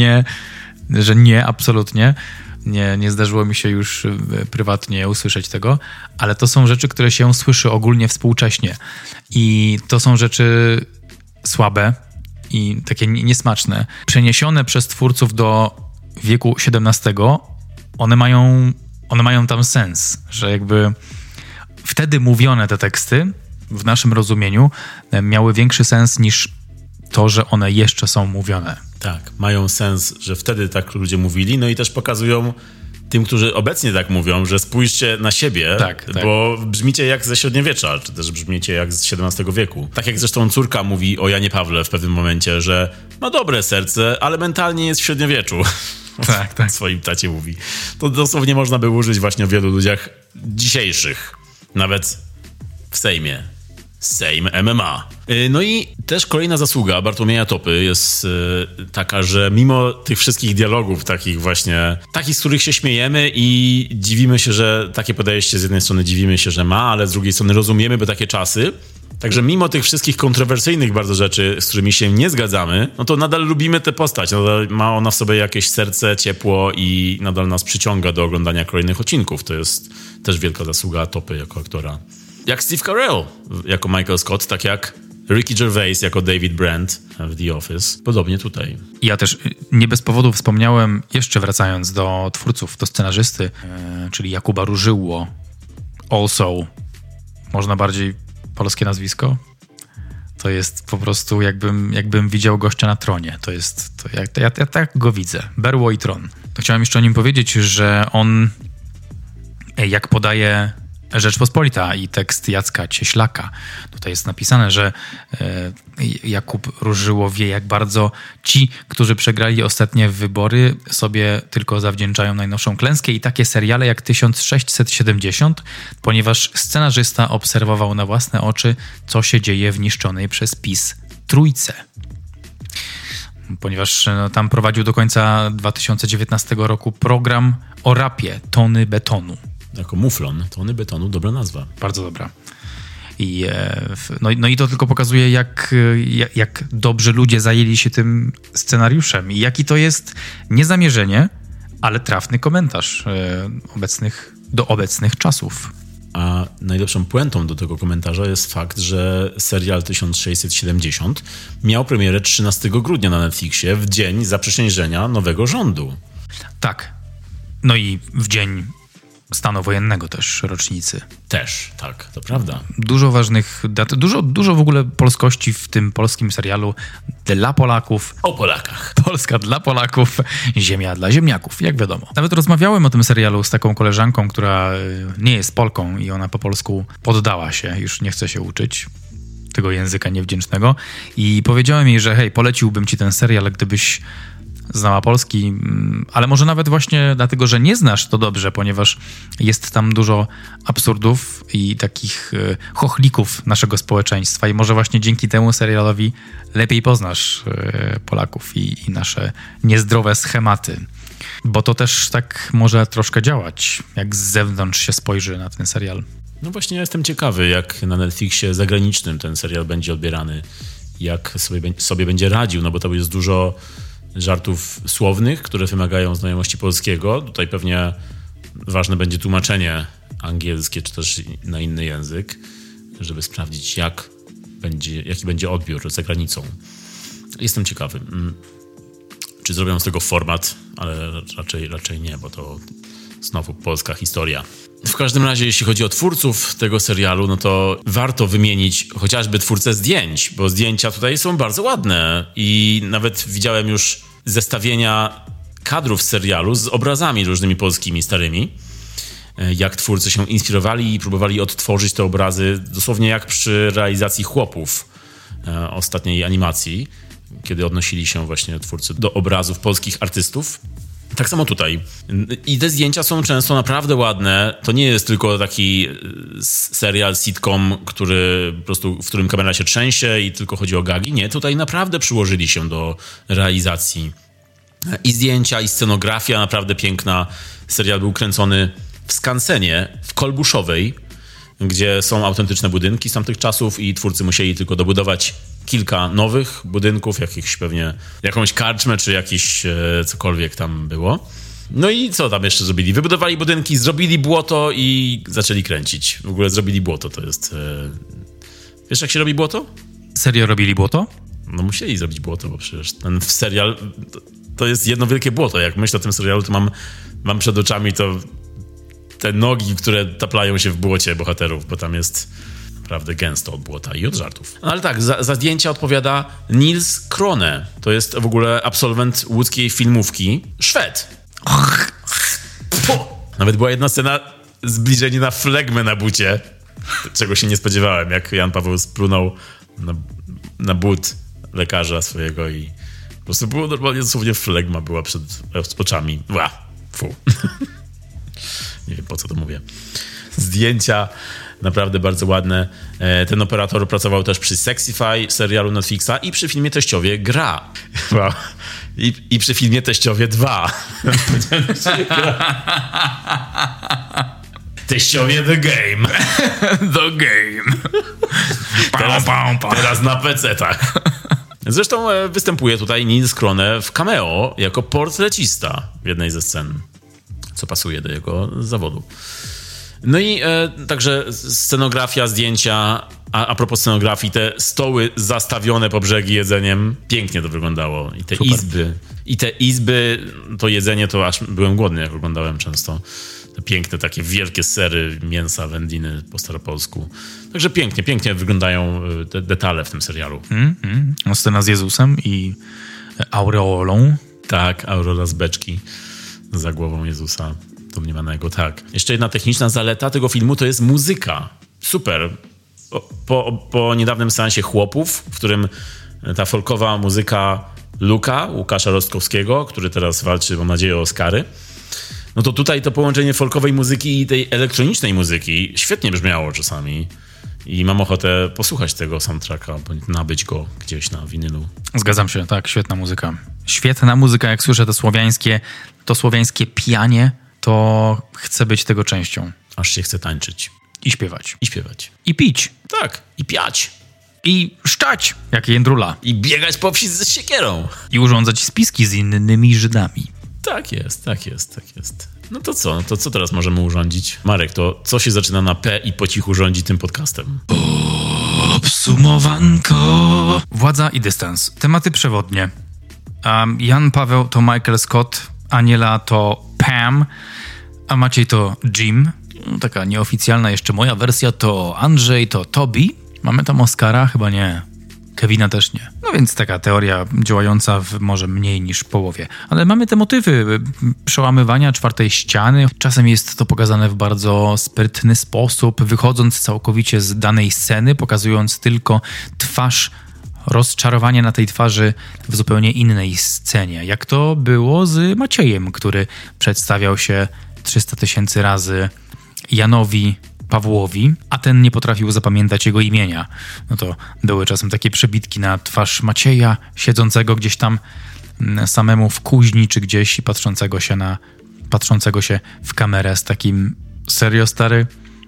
nie, absolutnie. Nie zdarzyło mi się już prywatnie usłyszeć tego, ale to są rzeczy, które się słyszy ogólnie współcześnie. I to są rzeczy słabe i takie niesmaczne. Przeniesione przez twórców do wieku XVII, one mają tam sens, że jakby wtedy mówione te teksty w naszym rozumieniu miały większy sens niż to, że one jeszcze są mówione. Tak, mają sens, że wtedy tak ludzie mówili, no i też pokazują tym, którzy obecnie tak mówią, że spójrzcie na siebie, tak. Bo brzmicie jak ze średniowiecza, czy też brzmicie jak z XVII wieku. Tak jak zresztą córka mówi o Janie Pawle w pewnym momencie, że ma dobre serce, ale mentalnie jest w średniowieczu. Tak. Swoim tacie mówi. To dosłownie można by użyć właśnie o wielu ludziach dzisiejszych, nawet w Sejmie. Sejm MMA. No i też kolejna zasługa Bartłomieja Topy jest taka, że mimo tych wszystkich dialogów takich, z których się śmiejemy i dziwimy się, że takie podejście z jednej strony dziwimy się, że ma, ale z drugiej strony rozumiemy, bo takie czasy. Także mimo tych wszystkich kontrowersyjnych bardzo rzeczy, z którymi się nie zgadzamy, no to nadal lubimy tę postać. Nadal ma ona w sobie jakieś serce, ciepło i nadal nas przyciąga do oglądania kolejnych odcinków. To jest też wielka zasługa Topy jako aktora. Jak Steve Carell jako Michael Scott, tak jak Ricky Gervais jako David Brent w The Office. Podobnie tutaj. Ja też nie bez powodu wspomniałem, jeszcze wracając do twórców, do scenarzysty, czyli Jakuba Różyło. Also, można bardziej polskie nazwisko? To jest po prostu jakbym widział gościa na tronie. Ja tak go widzę. Berło i tron. To chciałem jeszcze o nim powiedzieć, że on, jak podaje Rzeczpospolita i tekst Jacka Cieślaka. Tutaj jest napisane, że Jakub Różyło wie, jak bardzo ci, którzy przegrali ostatnie wybory, sobie tylko zawdzięczają najnowszą klęskę i takie seriale jak 1670, ponieważ scenarzysta obserwował na własne oczy, co się dzieje w niszczonej przez PiS Trójce. Ponieważ tam prowadził do końca 2019 roku program o rapie Tony Betonu. jako muflon. Tony betonu, dobra nazwa. Bardzo dobra. No i to tylko pokazuje, jak dobrze ludzie zajęli się tym scenariuszem i jaki to jest niezamierzenie, ale trafny komentarz do obecnych czasów. A najlepszą puentą do tego komentarza jest fakt, że serial 1670 miał premierę 13 grudnia na Netflixie w dzień zaprzysiężenia nowego rządu. Tak. No i w dzień stanu wojennego też, rocznicy. Też, tak, to prawda. Dużo ważnych dat, dużo w ogóle polskości w tym polskim serialu dla Polaków. O Polakach. Polska dla Polaków, ziemia dla ziemniaków, jak wiadomo. Nawet rozmawiałem o tym serialu z taką koleżanką, która nie jest Polką i ona po polsku poddała się, już nie chce się uczyć tego języka niewdzięcznego i powiedziałem jej, że hej, poleciłbym ci ten serial, gdybyś znała polski, ale może nawet właśnie dlatego, że nie znasz to dobrze, ponieważ jest tam dużo absurdów i takich chochlików naszego społeczeństwa i może właśnie dzięki temu serialowi lepiej poznasz Polaków i nasze niezdrowe schematy. Bo to też tak może troszkę działać, jak z zewnątrz się spojrzy na ten serial. No właśnie ja jestem ciekawy, jak na Netflixie zagranicznym ten serial będzie odbierany, jak sobie będzie radził, no bo to jest dużo żartów słownych, które wymagają znajomości polskiego. Tutaj pewnie ważne będzie tłumaczenie angielskie, czy też na inny język, żeby sprawdzić, jaki będzie odbiór za granicą. Jestem ciekawy, czy zrobią z tego format, ale raczej nie, bo to znowu polska historia. W każdym razie, jeśli chodzi o twórców tego serialu, no to warto wymienić chociażby twórcę zdjęć, bo zdjęcia tutaj są bardzo ładne i nawet widziałem już zestawienia kadrów z serialu z obrazami różnymi polskimi, starymi, jak twórcy się inspirowali i próbowali odtworzyć te obrazy dosłownie jak przy realizacji Chłopów, ostatniej animacji, kiedy odnosili się właśnie twórcy do obrazów polskich artystów. Tak samo tutaj. I te zdjęcia są często naprawdę ładne. To nie jest tylko taki serial, sitcom, w którym kamera się trzęsie i tylko chodzi o gagi. Nie, tutaj naprawdę przyłożyli się do realizacji. I zdjęcia, i scenografia naprawdę piękna. Serial był kręcony w skansenie, w Kolbuszowej, gdzie są autentyczne budynki z tamtych czasów i twórcy musieli tylko dobudować kilka nowych budynków, jakąś karczmę, czy jakiś cokolwiek tam było. No i co tam jeszcze zrobili? Wybudowali budynki, zrobili błoto i zaczęli kręcić. W ogóle zrobili błoto, to jest... Wiesz, jak się robi błoto? Serio robili błoto? No musieli zrobić błoto, bo przecież ten serial to jest jedno wielkie błoto. Jak myślę o tym serialu, to mam przed oczami te nogi, które taplają się w błocie bohaterów, bo tam jest naprawdę gęsto od błota i od żartów. No ale tak, za zdjęcia odpowiada Nils Krone. To jest w ogóle absolwent łódzkiej filmówki. Szwed. Nawet była jedna scena zbliżenie na flegmę na bucie, czego się nie spodziewałem, jak Jan Paweł splunął na but lekarza swojego i po prostu było normalnie, dosłownie flegma była przed oczami. Fu. Nie wiem, po co to mówię. Zdjęcia naprawdę bardzo ładne. Ten operator pracował też przy Sexify, serialu Netflixa i przy filmie Teściowie gra. Wow. I przy filmie Teściowie 2. Teściowie The Game. The Game. Teraz na PC-tach. Zresztą występuje tutaj Nils Krone w cameo jako portrecista w jednej ze scen, co pasuje do jego zawodu. No i także scenografia, zdjęcia, a propos scenografii, te stoły zastawione po brzegi jedzeniem, pięknie to wyglądało. I te izby, to jedzenie, to aż byłem głodny, jak oglądałem często. Te piękne, takie wielkie sery, mięsa, wędliny po staropolsku. Także pięknie wyglądają te detale w tym serialu. Scena z Jezusem i aureolą. Tak, aureola z beczki za głową Jezusa domniemanego, tak. Jeszcze jedna techniczna zaleta tego filmu to jest muzyka. Super. Po niedawnym seansie Chłopów, w którym ta folkowa muzyka Łukasza Rostkowskiego, który teraz walczy, mam nadzieję, o Oscary, no to tutaj to połączenie folkowej muzyki i tej elektronicznej muzyki świetnie brzmiało czasami. I mam ochotę posłuchać tego soundtracka, bądź nabyć go gdzieś na winylu. Zgadzam się, tak, świetna muzyka. Świetna muzyka, jak słyszę to słowiańskie pijanie, to chcę być tego częścią. aż się chce tańczyć. I śpiewać. I śpiewać. I pić. Tak, i piać. I szczać, jak jędrula. I biegać po wsi z siekierą. I urządzać spiski z innymi Żydami. Tak jest. No to co? To co teraz możemy urządzić? Marek, to co się zaczyna na P i po cichu rządzi tym podcastem? Obsumowanko. Władza i dystans. Tematy przewodnie. Jan Paweł to Michael Scott, Aniela to Pam, a Maciej to Jim. Taka nieoficjalna jeszcze moja wersja to Andrzej to Toby. Mamy tam Oskara? Chyba nie. Kevina też nie. No więc taka teoria działająca w może mniej niż połowie. Ale mamy te motywy przełamywania czwartej ściany. Czasem jest to pokazane w bardzo sprytny sposób, wychodząc całkowicie z danej sceny, pokazując tylko twarz, rozczarowanie na tej twarzy w zupełnie innej scenie. Jak to było z Maciejem, który przedstawiał się 300 000 razy Janowi Pawłowi, a ten nie potrafił zapamiętać jego imienia. No to były czasem takie przebitki na twarz Macieja, siedzącego gdzieś tam samemu w kuźni czy gdzieś i patrzącego się w kamerę z takim serio, stary?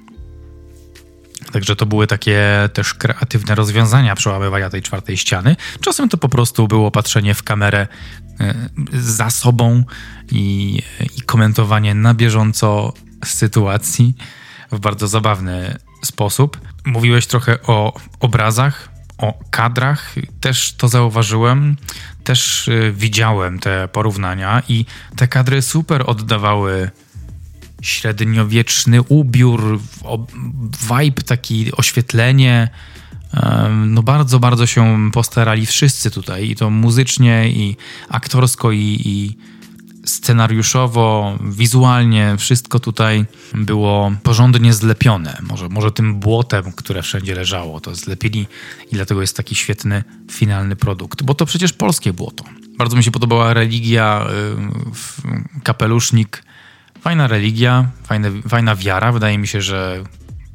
Także to były takie też kreatywne rozwiązania przełamywania tej czwartej ściany. Czasem to po prostu było patrzenie w kamerę za sobą i komentowanie na bieżąco sytuacji w bardzo zabawny sposób. Mówiłeś trochę o obrazach, o kadrach. Też to zauważyłem. Też widziałem te porównania i te kadry super oddawały średniowieczny ubiór, vibe, taki oświetlenie. No bardzo, bardzo się postarali wszyscy tutaj. I to muzycznie, i aktorsko, i scenariuszowo, wizualnie wszystko tutaj było porządnie zlepione. Może tym błotem, które wszędzie leżało, to zlepili i dlatego jest taki świetny finalny produkt. Bo to przecież polskie błoto. Bardzo mi się podobała religia, kapelusznik. Fajna religia, fajna wiara. Wydaje mi się, że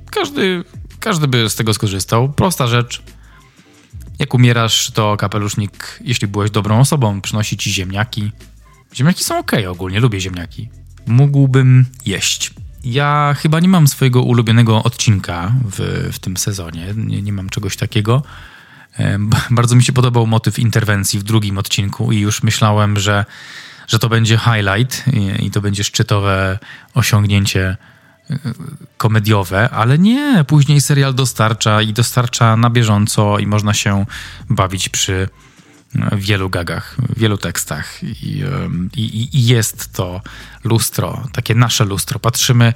każdy by z tego skorzystał. Prosta rzecz. Jak umierasz, to kapelusznik, jeśli byłeś dobrą osobą, przynosi ci ziemniaki. Ziemniaki są okej, ogólnie lubię ziemniaki. Mógłbym jeść. Ja chyba nie mam swojego ulubionego odcinka w tym sezonie. Nie mam czegoś takiego. Bardzo mi się podobał motyw interwencji w drugim odcinku i już myślałem, że to będzie highlight i to będzie szczytowe osiągnięcie komediowe, ale nie. Później serial dostarcza na bieżąco i można się bawić przy wielu gagach, wielu tekstach i jest to lustro, takie nasze lustro. Patrzymy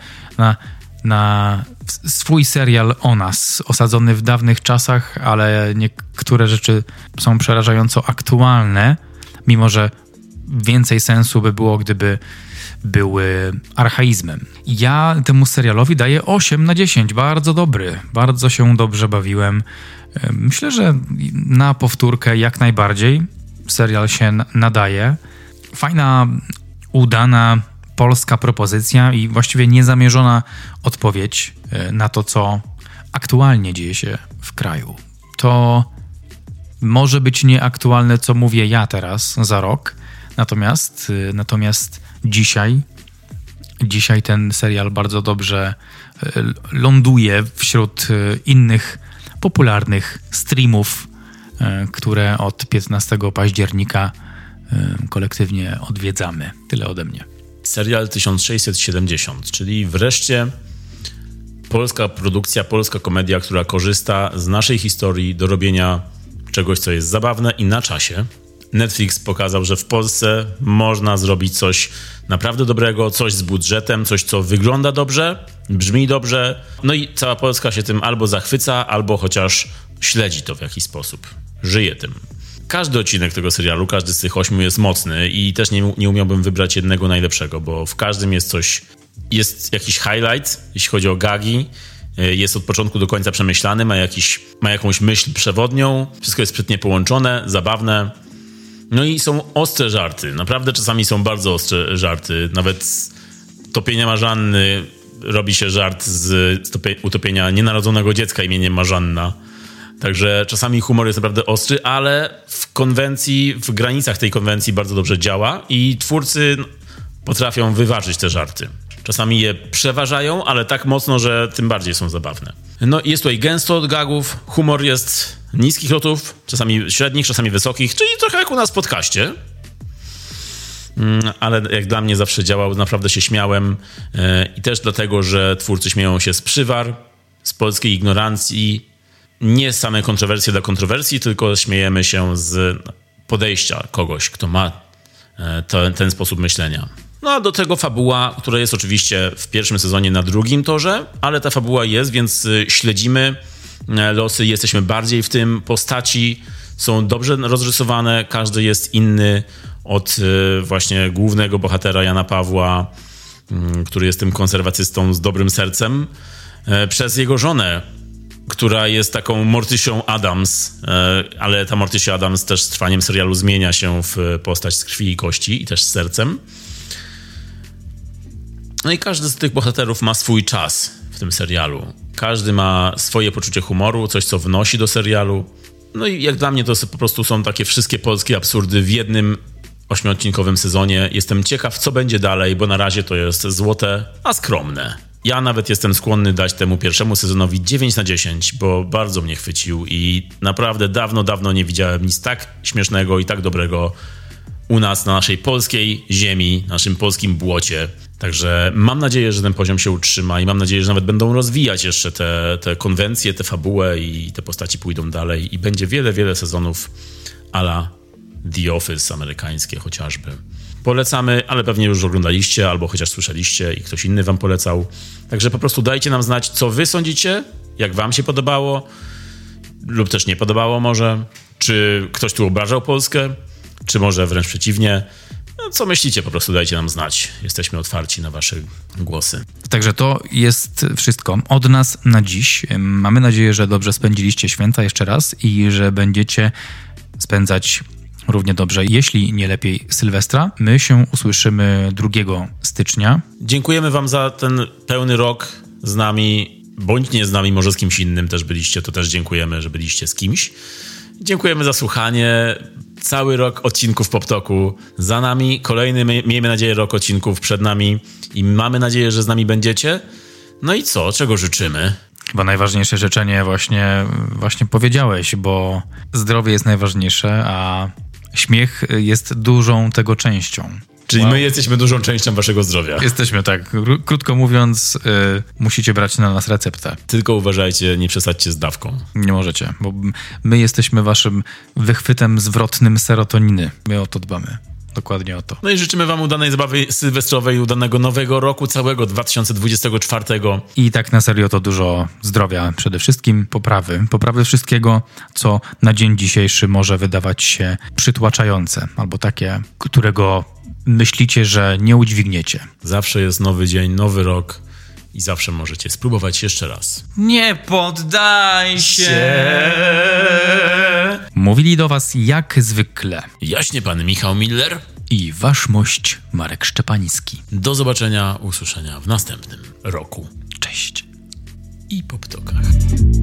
na swój serial o nas, osadzony w dawnych czasach, ale niektóre rzeczy są przerażająco aktualne, mimo że więcej sensu by było, gdyby były archaizmem. Ja temu serialowi daję 8/10. Bardzo dobry. Bardzo się dobrze bawiłem. Myślę, że na powtórkę jak najbardziej serial się nadaje. Fajna, udana polska propozycja i właściwie niezamierzona odpowiedź na to, co aktualnie dzieje się w kraju. To może być nieaktualne, co mówię ja teraz za rok, natomiast dzisiaj ten serial bardzo dobrze ląduje wśród innych popularnych streamów, które od 15 października kolektywnie odwiedzamy. Tyle ode mnie. Serial 1670, czyli wreszcie polska produkcja, polska komedia, która korzysta z naszej historii do robienia czegoś, co jest zabawne i na czasie. Netflix pokazał, że w Polsce można zrobić coś naprawdę dobrego, coś z budżetem, coś, co wygląda dobrze, brzmi dobrze, no i cała Polska się tym albo zachwyca, albo chociaż śledzi to w jakiś sposób, żyje tym. Każdy odcinek tego serialu, każdy z tych 8 jest mocny i też nie umiałbym wybrać jednego najlepszego, bo w każdym jest coś, jest jakiś highlight, jeśli chodzi o gagi, jest od początku do końca przemyślany, ma jakąś myśl przewodnią, wszystko jest sprytnie połączone, zabawne. No i są ostre żarty. Naprawdę czasami są bardzo ostre żarty. Nawet z topienia Marzanny robi się żart z utopienia nienarodzonego dziecka imieniem Marzanna. Także czasami humor jest naprawdę ostry, ale w granicach tej konwencji bardzo dobrze działa i twórcy potrafią wyważyć te żarty. Czasami je przeważają, ale tak mocno, że tym bardziej są zabawne. No jest tutaj gęsto od gagów, humor jest niskich lotów, czasami średnich, czasami wysokich, czyli trochę jak u nas w podcaście. Ale jak dla mnie zawsze działał, naprawdę się śmiałem i też dlatego, że twórcy śmieją się z przywar, z polskiej ignorancji, nie same kontrowersje dla kontrowersji, tylko śmiejemy się z podejścia kogoś, kto ma ten sposób myślenia. No a do tego fabuła, która jest oczywiście w pierwszym sezonie na drugim torze, ale ta fabuła jest, więc śledzimy losy, jesteśmy bardziej w tym, postaci są dobrze rozrysowane, każdy jest inny od właśnie głównego bohatera Jana Pawła, który jest tym konserwatystą z dobrym sercem, przez jego żonę, która jest taką Mortycią Addams, ale ta Morticia Addams też z trwaniem serialu zmienia się w postać z krwi i kości i też z sercem. No i każdy z tych bohaterów ma swój czas w tym serialu. Każdy ma swoje poczucie humoru, coś co wnosi do serialu. No i jak dla mnie to po prostu są takie wszystkie polskie absurdy w jednym 8-odcinkowym sezonie. Jestem ciekaw, co będzie dalej, bo na razie to jest złote, a skromne. Ja nawet jestem skłonny dać temu pierwszemu sezonowi 9/10, bo bardzo mnie chwycił i naprawdę dawno nie widziałem nic tak śmiesznego i tak dobrego u nas, na naszej polskiej ziemi, naszym polskim błocie. Także mam nadzieję, że ten poziom się utrzyma i mam nadzieję, że nawet będą rozwijać jeszcze te konwencje, tę fabułę i te postaci pójdą dalej i będzie wiele sezonów a la The Office amerykańskie chociażby. Polecamy, ale pewnie już oglądaliście albo chociaż słyszeliście i ktoś inny wam polecał. Także po prostu dajcie nam znać, co wy sądzicie, jak wam się podobało lub też nie podobało może. Czy ktoś tu obrażał Polskę, czy może wręcz przeciwnie. No, co myślicie, po prostu dajcie nam znać. Jesteśmy otwarci na wasze głosy. Także to jest wszystko od nas na dziś. Mamy nadzieję, że dobrze spędziliście święta jeszcze raz i że będziecie spędzać równie dobrze, jeśli nie lepiej, Sylwestra. My się usłyszymy 2 stycznia. Dziękujemy wam za ten pełny rok z nami, bądź nie z nami, może z kimś innym też byliście, to też dziękujemy, że byliście z kimś. Dziękujemy za słuchanie. Cały rok odcinków PopTalku za nami. Kolejny, miejmy nadzieję, rok odcinków przed nami i mamy nadzieję, że z nami będziecie. No i co? Czego życzymy? Chyba najważniejsze życzenie właśnie powiedziałeś, bo zdrowie jest najważniejsze, a śmiech jest dużą tego częścią. Czyli my jesteśmy dużą częścią waszego zdrowia. Jesteśmy, tak. Krótko mówiąc, musicie brać na nas receptę. Tylko uważajcie, nie przesadźcie z dawką. Nie możecie, bo my jesteśmy waszym wychwytem zwrotnym serotoniny. My o to dbamy. Dokładnie o to. No i życzymy wam udanej zabawy sylwestrowej, udanego nowego roku, całego 2024. I tak na serio to dużo zdrowia przede wszystkim, poprawy wszystkiego, co na dzień dzisiejszy może wydawać się przytłaczające, albo takie, którego myślicie, że nie udźwigniecie. Zawsze jest nowy dzień, nowy rok i zawsze możecie spróbować jeszcze raz. Nie poddaj się! Mówili do was jak zwykle Jaśnie pan Michał Miller i wasz mość Marek Szczepański. Do zobaczenia, usłyszenia w następnym roku. Cześć. I PopTalkach.